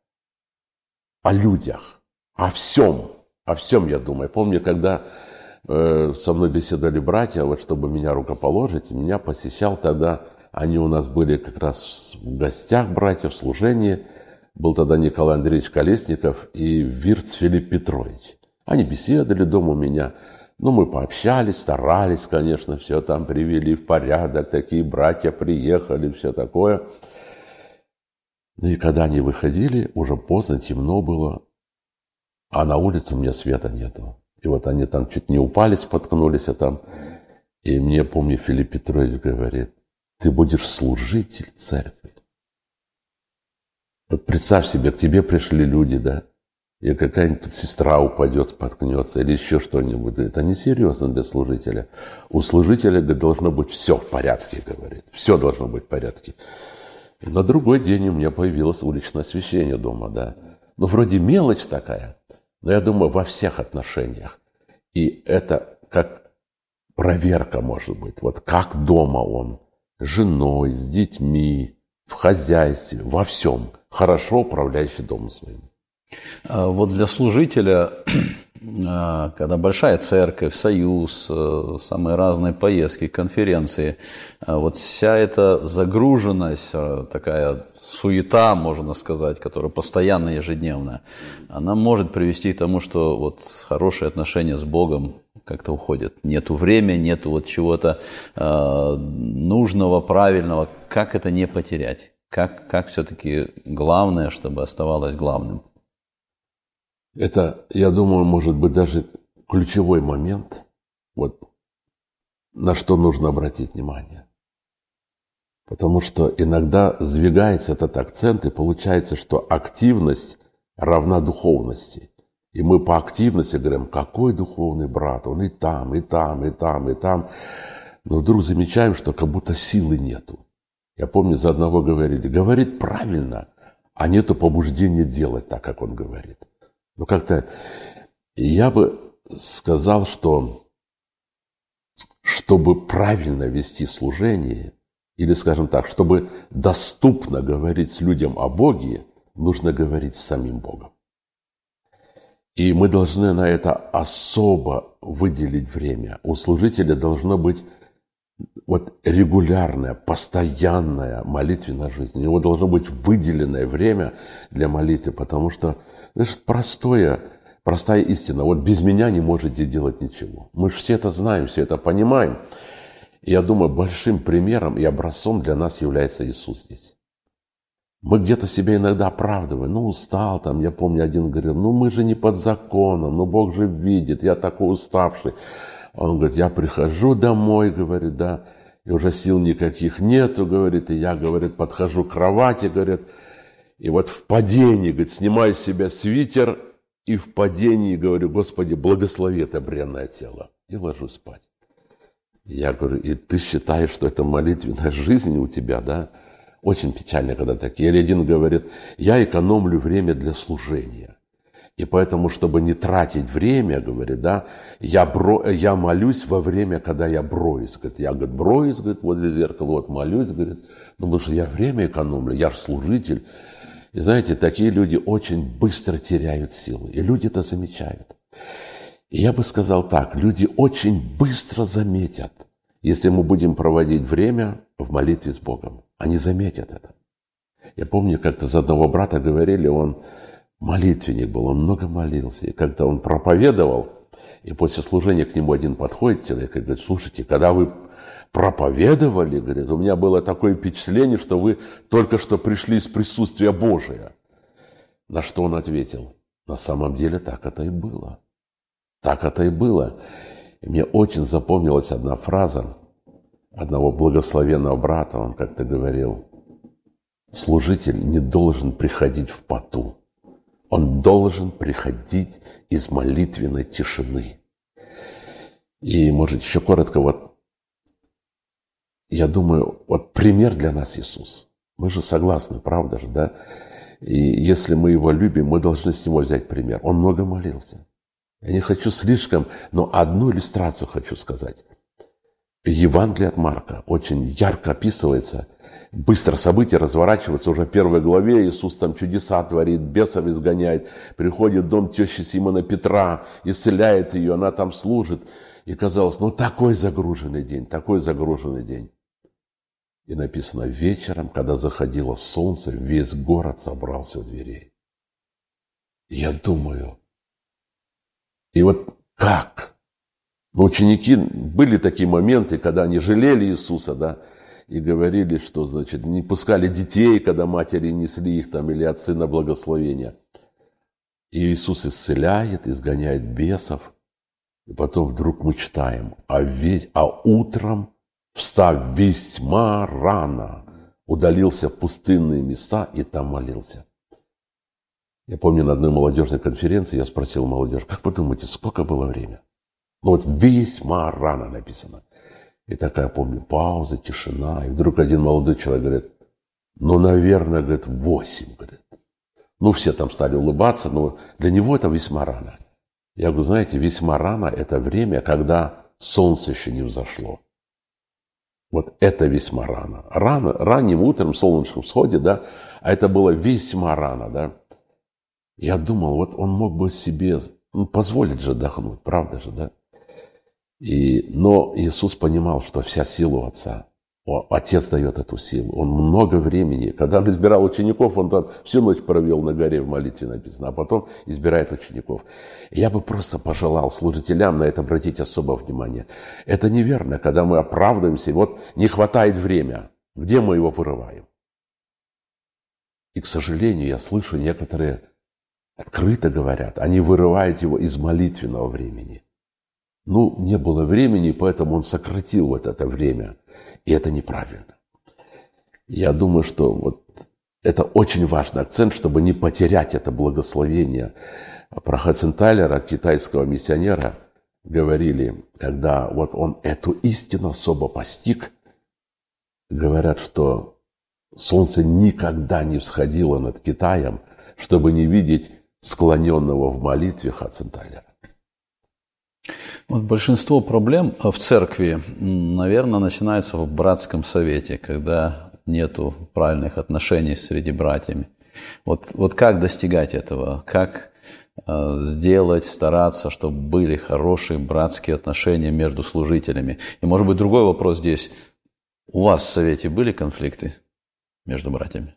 о людях, а о всем. О всем, я думаю. Помню, когда э, со мной беседовали братья, вот чтобы меня рукоположить, меня посещал тогда, они у нас были как раз в гостях братьев, в служении. Был тогда Николай Андреевич Колесников и Вирц Филипп Петрович. Они беседовали дома у меня. Ну, мы пообщались, старались, конечно, все там привели в порядок. Такие братья приехали, все такое. Ну и когда они выходили, уже поздно, темно было. а на улице у меня света нету. И вот они там чуть не упали, споткнулись, а там... И мне, помню, Филипп Петрович говорит: ты будешь служитель церкви. Вот представь себе, к тебе пришли люди, да, и какая-нибудь тут сестра упадет, споткнется, или еще что-нибудь. Это несерьезно для служителя. У служителя должно быть все в порядке, говорит. Все должно быть в порядке. И на другой день у меня появилось уличное освещение дома, да. Ну, вроде мелочь такая, но я думаю, во всех отношениях. И это как проверка, может быть. Вот как дома он, с женой, с детьми, в хозяйстве, во всем. Хорошо управляющий домом своим. Вот для служителя, когда большая церковь, союз, самые разные поездки, конференции, вот вся эта загруженность, такая суета, можно сказать, которая постоянно ежедневная, она может привести к тому, что вот хорошие отношения с Богом как-то уходят. Нету времени, нету вот чего-то э, нужного, правильного. Как это не потерять? Как, как все-таки главное, чтобы оставалось главным? Это, я думаю, может быть даже ключевой момент, вот, на что нужно обратить внимание. Потому что иногда сдвигается этот акцент, и получается, что активность равна духовности. И мы по активности говорим: какой духовный брат, он и там, и там, и там, и там. Но вдруг замечаем, что как будто силы нету. Я помню, за одного говорили: говорит правильно, а нету побуждения делать так, как он говорит. Ну, как-то я бы сказал, что чтобы правильно вести служение, или, скажем так, чтобы доступно говорить с людям о Боге, нужно говорить с самим Богом. И мы должны на это особо выделить время. У служителя должно быть вот регулярная, постоянная молитвенная жизнь. У него должно быть выделенное время для молитвы, потому что, знаешь, простое, простая истина. Вот без меня не можете делать ничего. Мы же все это знаем, все это понимаем. И я думаю, большим примером и образцом для нас является Иисус здесь. Мы где-то себя иногда оправдываем. Ну, устал там. Я помню, один говорил: ну, мы же не под законом, ну, Бог же видит, я такой уставший. Он говорит: я прихожу домой, говорит, да, и уже сил никаких нету, говорит, и я, говорит, подхожу к кровати, говорит, и вот в падении, говорит, снимаю с себя свитер, и в падении говорю: Господи, благослови это бренное тело, и ложусь спать. Я говорю: и ты считаешь, что это молитвенная жизнь у тебя, да? Очень печально, когда такие. Или один говорит: я экономлю время для служения. И поэтому, чтобы не тратить время, говорит, да, я, бро, я молюсь во время, когда я броюсь. Говорит, я, говорит, броюсь, говорит, возле зеркала, вот молюсь, говорит, ну, потому что я время экономлю, я же служитель. И знаете, такие люди очень быстро теряют силы. И люди это замечают. И я бы сказал так, люди очень быстро заметят, если мы будем проводить время в молитве с Богом. Они заметят это. Я помню, как-то за одного брата говорили, он молитвенник был, он много молился. И когда он проповедовал, и после служения к нему один подходит человек и говорит: слушайте, когда вы проповедовали, говорит, у меня было такое впечатление, что вы только что пришли из присутствия Божия. На что он ответил: на самом деле так это и было. Так это и было. И мне очень запомнилась одна фраза одного благословенного брата. Он как-то говорил: служитель не должен приходить в поту. Он должен приходить из молитвенной тишины. И, может, еще коротко, вот, я думаю, вот пример для нас Иисус. Мы же согласны, правда же, да? И если мы Его любим, мы должны с Него взять пример. Он много молился. Я не хочу слишком, но одну иллюстрацию хочу сказать. Евангелие от Марка очень ярко описывается. Быстро события разворачиваются. Уже в первой главе Иисус там чудеса творит, бесов изгоняет. Приходит в дом тещи Симона Петра, исцеляет ее, она там служит. И казалось, ну такой загруженный день, такой загруженный день. И написано: вечером, когда заходило солнце, весь город собрался у дверей. И я думаю, и вот как? Но ученики, были такие моменты, когда они жалели Иисуса, да, и говорили, что, значит, не пускали детей, когда матери несли их там, или отцы на благословение. И Иисус исцеляет, изгоняет бесов. И потом вдруг мы читаем, а, ведь, а утром, встав весьма рано, удалился в пустынные места и там молился. Я помню, на одной молодежной конференции я спросил молодежь, как вы думаете, сколько было время? Ну вот весьма рано написано. И такая, помню, пауза, тишина. И вдруг один молодой человек говорит, ну, наверное, говорит, восемь. Говорит. Ну, все там стали улыбаться, но для него это весьма рано. Я говорю, знаете, весьма рано – это время, когда солнце еще не взошло. Вот это весьма рано. Рано, ранним утром, в солнечном всходе, да, а это было весьма рано, да. Я думал, вот он мог бы себе, ну, позволить же отдохнуть, правда же, да. И, но Иисус понимал, что вся сила у Отца. Отец дает эту силу. Он много времени. Когда он избирал учеников, он там всю ночь провел на горе в молитве написано, а потом избирает учеников. И я бы просто пожелал служителям на это обратить особое внимание. Это неверно, когда мы оправдываемся, вот не хватает времени. Где мы его вырываем? И, к сожалению, я слышу, некоторые открыто говорят, они вырывают его из молитвенного времени. Ну, не было времени, поэтому он сократил вот это время. И это неправильно. Я думаю, что вот это очень важный акцент, чтобы не потерять это благословение. Про Хоценталера, китайского миссионера, говорили, когда вот он эту истину особо постиг, говорят, что солнце никогда не всходило над Китаем, чтобы не видеть склоненного в молитве Хоценталера. Вот большинство проблем в церкви, наверное, начинается в братском совете, когда нету правильных отношений среди братьями. Вот, вот как достигать этого? Как э, сделать, стараться, чтобы были хорошие братские отношения между служителями? И, может быть, другой вопрос здесь. У вас в совете были конфликты между братьями?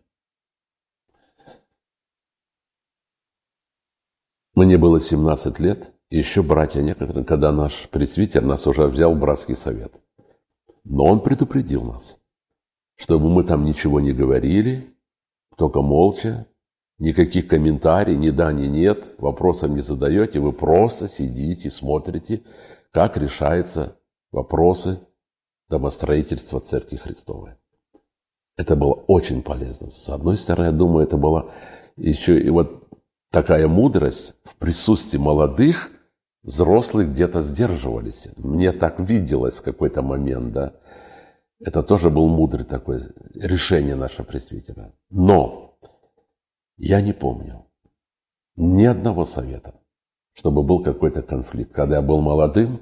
Мне было семнадцать лет. И еще братья некоторые, когда наш пресвитер нас уже взял в братский совет. Но он предупредил нас, чтобы мы там ничего не говорили, только молча, никаких комментариев, ни да, ни нет, вопросов не задаете, вы просто сидите, смотрите, как решаются вопросы домостроительства Церкви Христовой. Это было очень полезно. С одной стороны, я думаю, это была еще и вот такая мудрость в присутствии молодых. Взрослые где-то сдерживались. Мне так виделось в какой-то момент, да. Это тоже был мудрый такое решение нашего пресвитера. Но я не помню ни одного совета, чтобы был какой-то конфликт. Когда я был молодым,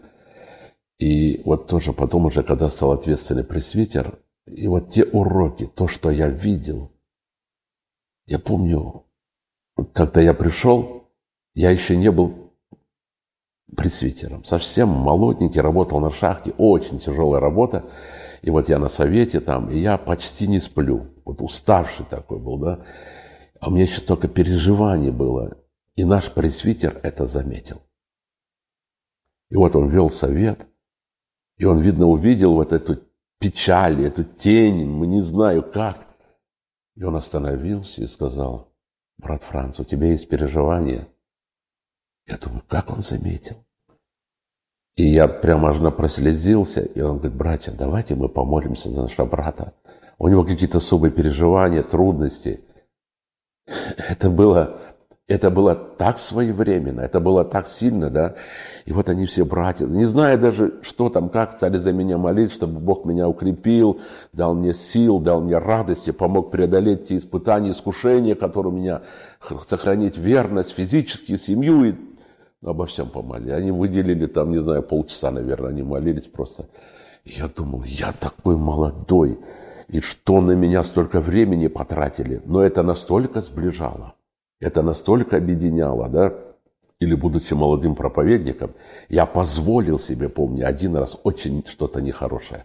и вот тоже потом уже, когда стал ответственный пресвитер, и вот те уроки, то, что я видел, я помню, когда я пришел, я еще не был пресвитером. Совсем молоденький, работал на шахте, очень тяжелая работа. И вот я на совете там, и я почти не сплю. Вот уставший такой был, да. А у меня еще столько переживаний было. И наш пресвитер это заметил. И вот он вел совет, и он, видно, увидел вот эту печаль, эту тень, мы не знаю как. И он остановился и сказал, брат Франц, у тебя есть переживания? Я думаю, как он заметил? И я прямо аж прослезился. И он говорит, братья, давайте мы помолимся за нашего брата. У него какие-то особые переживания, трудности. Это было, это было так своевременно, это было так сильно, да. И вот они все братья, не зная даже, что там, как, стали за меня молить, чтобы Бог меня укрепил, дал мне сил, дал мне радости, помог преодолеть те испытания, искушения, которые у меня, сохранить верность, физически, семью и обо всем помолили. Они выделили там, не знаю, полчаса, наверное, они молились просто. И я думал, я такой молодой, и что на меня столько времени потратили. Но это настолько сближало, это настолько объединяло, да. Или, будучи молодым проповедником, я позволил себе, помню, один раз очень что-то нехорошее.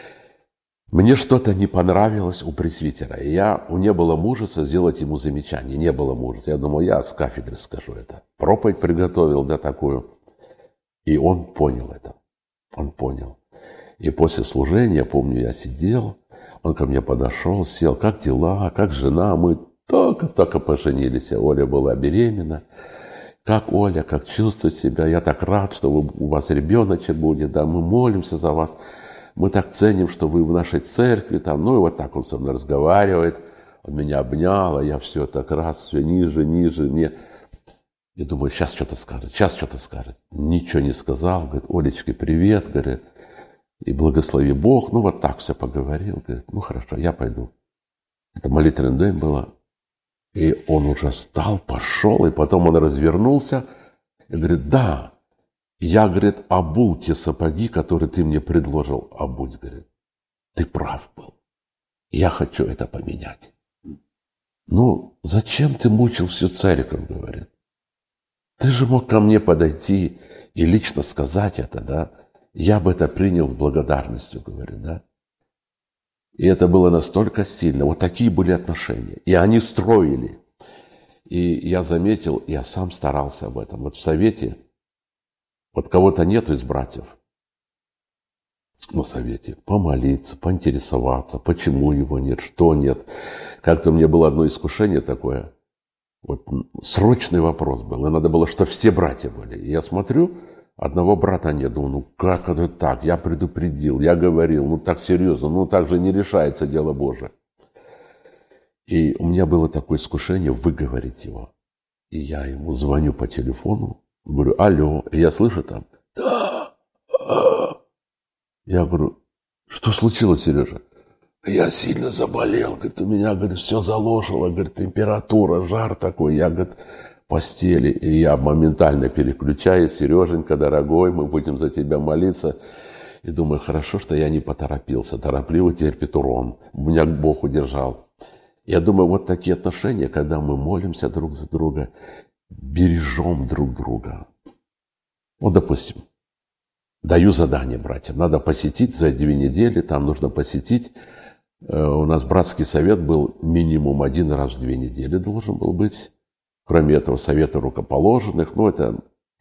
Мне что-то не понравилось у пресвитера, и я, у не было мужества сделать ему замечание, не было мужества. Я думал, я с кафедры скажу это. Проповедь приготовил, да, такую. И он понял это, он понял. И после служения, помню, я сидел, он ко мне подошел, сел, как дела, как жена, мы только-только поженились, Оля была беременна. как Оля, как чувствует себя, я так рад, что вы, у вас ребеночек будет, да, мы молимся за вас, мы так ценим, что вы в нашей церкви, там, ну и вот так он со мной разговаривает, он меня обнял, а я все так раз, все ниже, ниже, мне... Я думаю, сейчас что-то скажет, сейчас что-то скажет. Ничего не сказал, говорит, Олечке привет, говорит, и благослови Бог, ну вот так все поговорил, говорит, ну хорошо, я пойду. Это молитвенный дом было. И он уже встал, пошел, и потом он развернулся и говорит, да, я, говорит, обул те сапоги, которые ты мне предложил обуть, говорит. Ты прав был. Я хочу это поменять. Ну, зачем ты мучил всю церковь, говорит. Ты же мог ко мне подойти и лично сказать это, да. Я бы это принял с благодарностью, говорит, да. И это было настолько сильно. Вот такие были отношения. И они строили. И я заметил, я сам старался об этом. Вот в совете, вот кого-то нету из братьев на совете, помолиться, поинтересоваться, почему его нет, что нет. Как-то у меня было одно искушение такое. Вот срочный вопрос был. И надо было, чтобы все братья были. И я смотрю, одного брата нет. Думаю, ну как это так? Я предупредил, я говорил, ну так серьезно, ну так же не решается дело Божие. И у меня было такое искушение выговорить его. И я ему звоню по телефону, говорю, алло, и я слышу там, да, а. Я говорю, что случилось, Сережа? Я сильно заболел, говорит, у меня, говорит, все заложило, говорит, температура, жар такой, я, говорит, в постели. И я моментально переключаюсь, Сереженька, дорогой, мы будем за тебя молиться. И думаю, хорошо, что я не поторопился, торопливо терпит урон, меня Бог удержал. Я думаю, вот такие отношения, когда мы молимся друг за друга, бережем друг друга. Вот, допустим, даю задание братьям, надо посетить за две недели, там нужно посетить. У нас братский совет был минимум один раз в две недели должен был быть. Кроме этого, советы рукоположенных, ну, это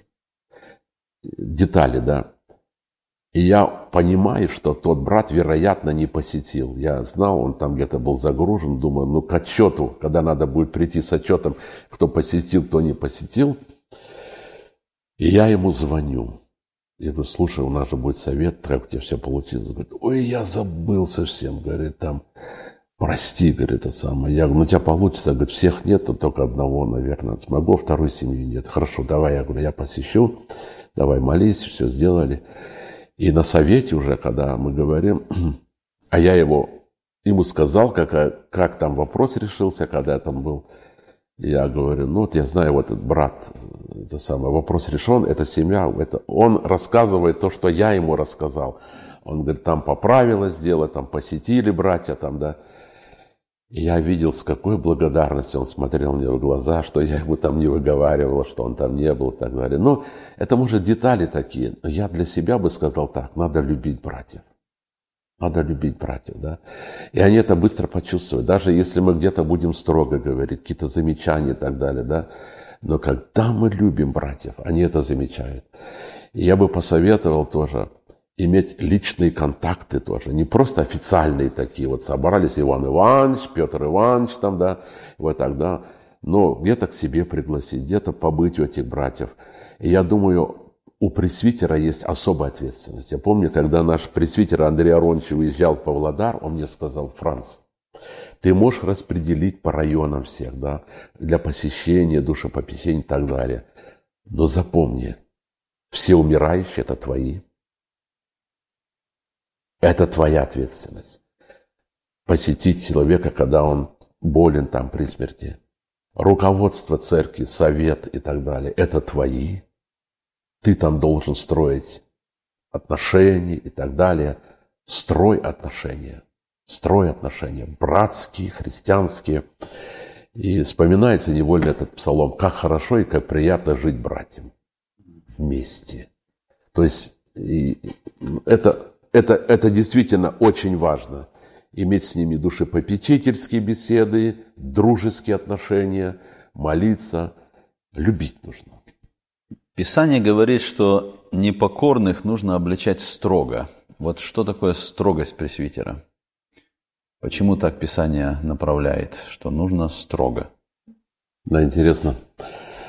детали, да. И я понимаю, что тот брат, вероятно, не посетил. Я знал, он там где-то был загружен, думаю, ну, к отчету, когда надо будет прийти с отчетом, кто посетил, кто не посетил. И я ему звоню. Я говорю, слушай, у нас же будет совет, как у тебя все получилось? Он говорит, ой, я забыл совсем, говорит, там, прости, говорит, это самое. Я говорю, ну, у тебя получится, говорит, всех нет, только одного, наверное, смогу, второй семьи нет. Хорошо, давай, я говорю, я посещу, давай молись, все сделали. И на совете уже, когда мы говорим, а я его, ему сказал, как, как там вопрос решился, когда я там был. Я говорю, ну вот я знаю, вот этот брат, это самое, вопрос решен, это семья, это он рассказывает то, что я ему рассказал. Он говорит, там поправилось дело, там посетили братья, там, да. И я видел, с какой благодарностью он смотрел мне в глаза, что я ему там не выговаривал, что он там не был и так далее. Ну, это, может, детали такие, но я для себя бы сказал так, надо любить братьев. Надо любить братьев, да. И они это быстро почувствуют. Даже если мы где-то будем строго говорить, какие-то замечания и так далее, да. Но когда мы любим братьев, они это замечают. И я бы посоветовал тоже иметь личные контакты тоже. Не просто официальные такие. Вот собрались Иван Иванович, Петр Иванович там, да. Вот так, да. Но где-то к себе пригласить, где-то побыть у этих братьев. И я думаю, у пресвитера есть особая ответственность. Я помню, когда наш пресвитер Андрей Аронович уезжал в Павлодар, он мне сказал, Франц, ты можешь распределить по районам всех, да, для посещения, душепопечения и так далее. Но запомни, все умирающие – это твои. Это твоя ответственность. Посетить человека, когда он болен там при смерти. Руководство церкви, совет и так далее – это твои. Ты там должен строить отношения и так далее. Строй отношения. Строй отношения. Братские, христианские. И вспоминается невольно этот псалом. Как хорошо и как приятно жить братьям вместе. То есть и это, это, это действительно очень важно. Иметь с ними душепопечительские беседы, дружеские отношения, молиться. Любить нужно. Писание говорит, что непокорных нужно обличать строго. Вот что такое строгость пресвитера? Почему так Писание направляет, что нужно строго? Да, интересно.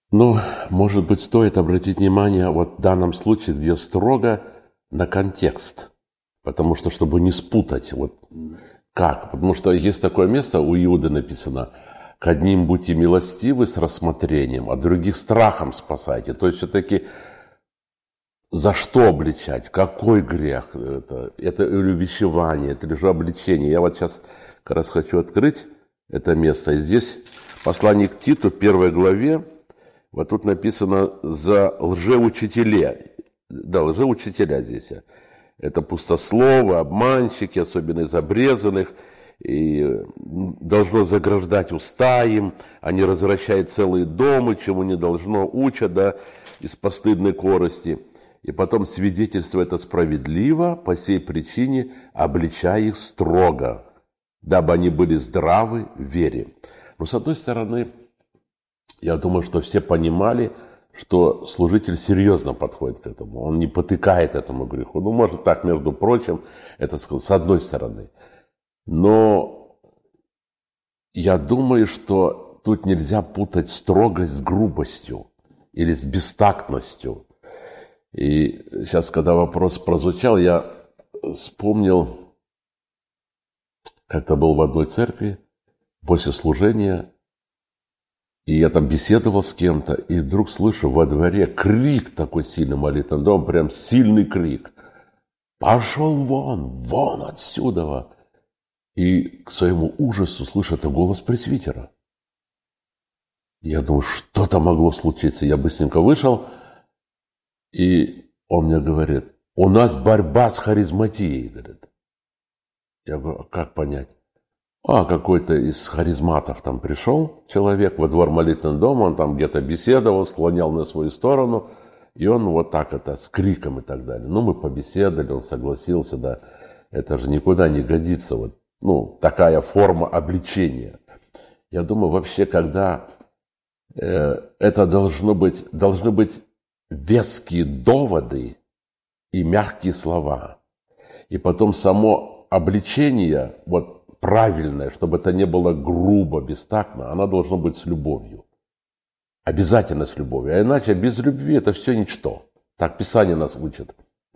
Ну, может быть, стоит обратить внимание вот в данном случае, где строго на контекст. Потому что, чтобы не спутать, вот как? Потому что есть такое место, у Иуды написано: «К одним будьте милостивы с рассмотрением, а других страхом спасайте». То есть, все-таки за что обличать? Какой грех? Это, это или увещевание, это или же обличение? Я вот сейчас как раз хочу открыть это место. И здесь послание к Титу, первой главе, вот тут написано «за лжеучителя». Да, лжеучителя здесь. Это пустословы, обманщики, особенно из обрезанных. И должно заграждать уста им, они развращают целые дома, чему не должно, учат, да, из постыдной корости. И потом свидетельство это справедливо, по сей причине обличая их строго, дабы они были здравы в вере. Но с одной стороны, я думаю, что все понимали, что служитель серьезно подходит к этому. Он не потыкает этому греху. Ну, может так, между прочим, это с одной стороны. Но я думаю, что тут нельзя путать строгость с грубостью или с бестактностью. И сейчас, когда вопрос прозвучал, я вспомнил, как-то был в одной церкви после служения, и я там беседовал с кем-то, и вдруг слышу во дворе крик такой сильный молитвенный дом, прям сильный крик. «Пошел вон, вон отсюда!» И к своему ужасу слышу это голос пресвитера. Я думаю, что-то могло случиться. Я быстренько вышел, и он мне говорит: у нас борьба с харизматией, говорит. Я говорю: а как понять? А какой-то из харизматов там пришел человек во двор молитвенного дома, он там где-то беседовал, склонял на свою сторону, и он вот так это с криком и так далее. Ну, мы побеседовали, он согласился, да, это же никуда не годится, вот, ну, такая форма обличения. Я думаю, вообще, когда э, это должно быть, должны быть веские доводы и мягкие слова, и потом само обличение, вот, правильное, чтобы это не было грубо, бестактно, она должна быть с любовью. Обязательно с любовью. А иначе без любви это все ничто. Так Писание нас учит.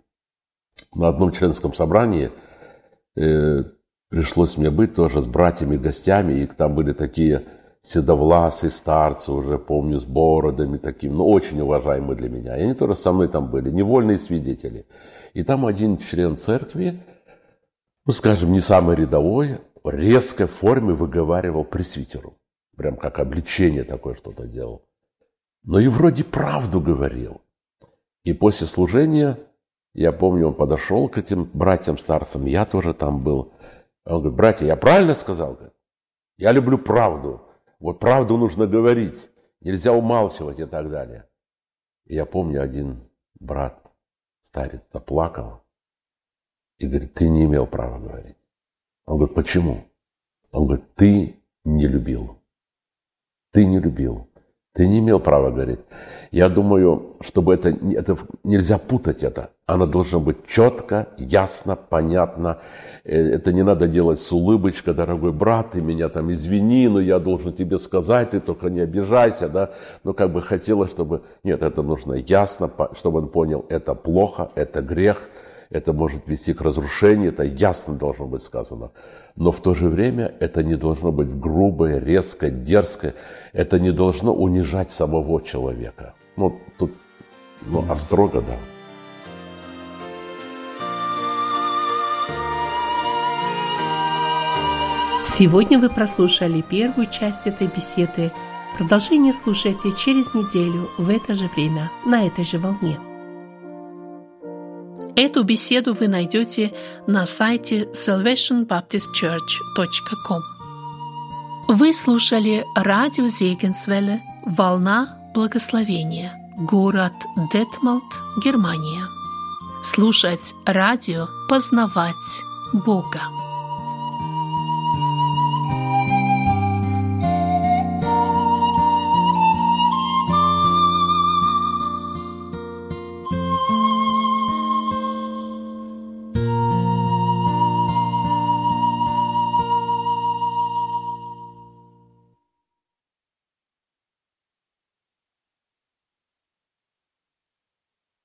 На одном членском собрании э, пришлось мне быть тоже с братьями, гостями, и там были такие седовласые старцы, уже помню, с бородами такими, но очень уважаемые для меня. И они тоже со мной там были, невольные свидетели. И там один член церкви, ну, скажем, не самый рядовой, в резкой форме выговаривал пресвитеру. Прям как обличение такое что-то делал. Но и вроде правду говорил. И после служения, я помню, он подошел к этим братьям-старцам, я тоже там был. Он говорит: братья, я правильно сказал? Я люблю правду. Вот правду нужно говорить. Нельзя умалчивать и так далее. И я помню, один брат, старец, заплакал. И говорит: ты не имел права говорить. Он говорит: почему? Он говорит: ты не любил. Ты не любил. Ты не имел права говорить. Я думаю, чтобы это, это нельзя путать это. Оно должно быть четко, ясно, понятно. Это не надо делать с улыбочкой: дорогой брат, ты меня там извини, но я должен тебе сказать, ты только не обижайся, да. Но как бы хотелось, чтобы... Нет, это нужно ясно, чтобы он понял, это плохо, это грех, это может вести к разрушению, это ясно должно быть сказано. Но в то же время это не должно быть грубое, резкое, дерзкое. Это не должно унижать самого человека. Ну, тут, ну, а строго, да. Сегодня вы прослушали первую часть этой беседы. Продолжение слушайте через неделю в это же время, на этой же волне. Эту беседу вы найдете на сайте салвейшн баптист черч точка ком. Вы слушали радио Зегенсвелле «Волна благословения», город Детмолд, Германия. Слушать радио, познавать Бога.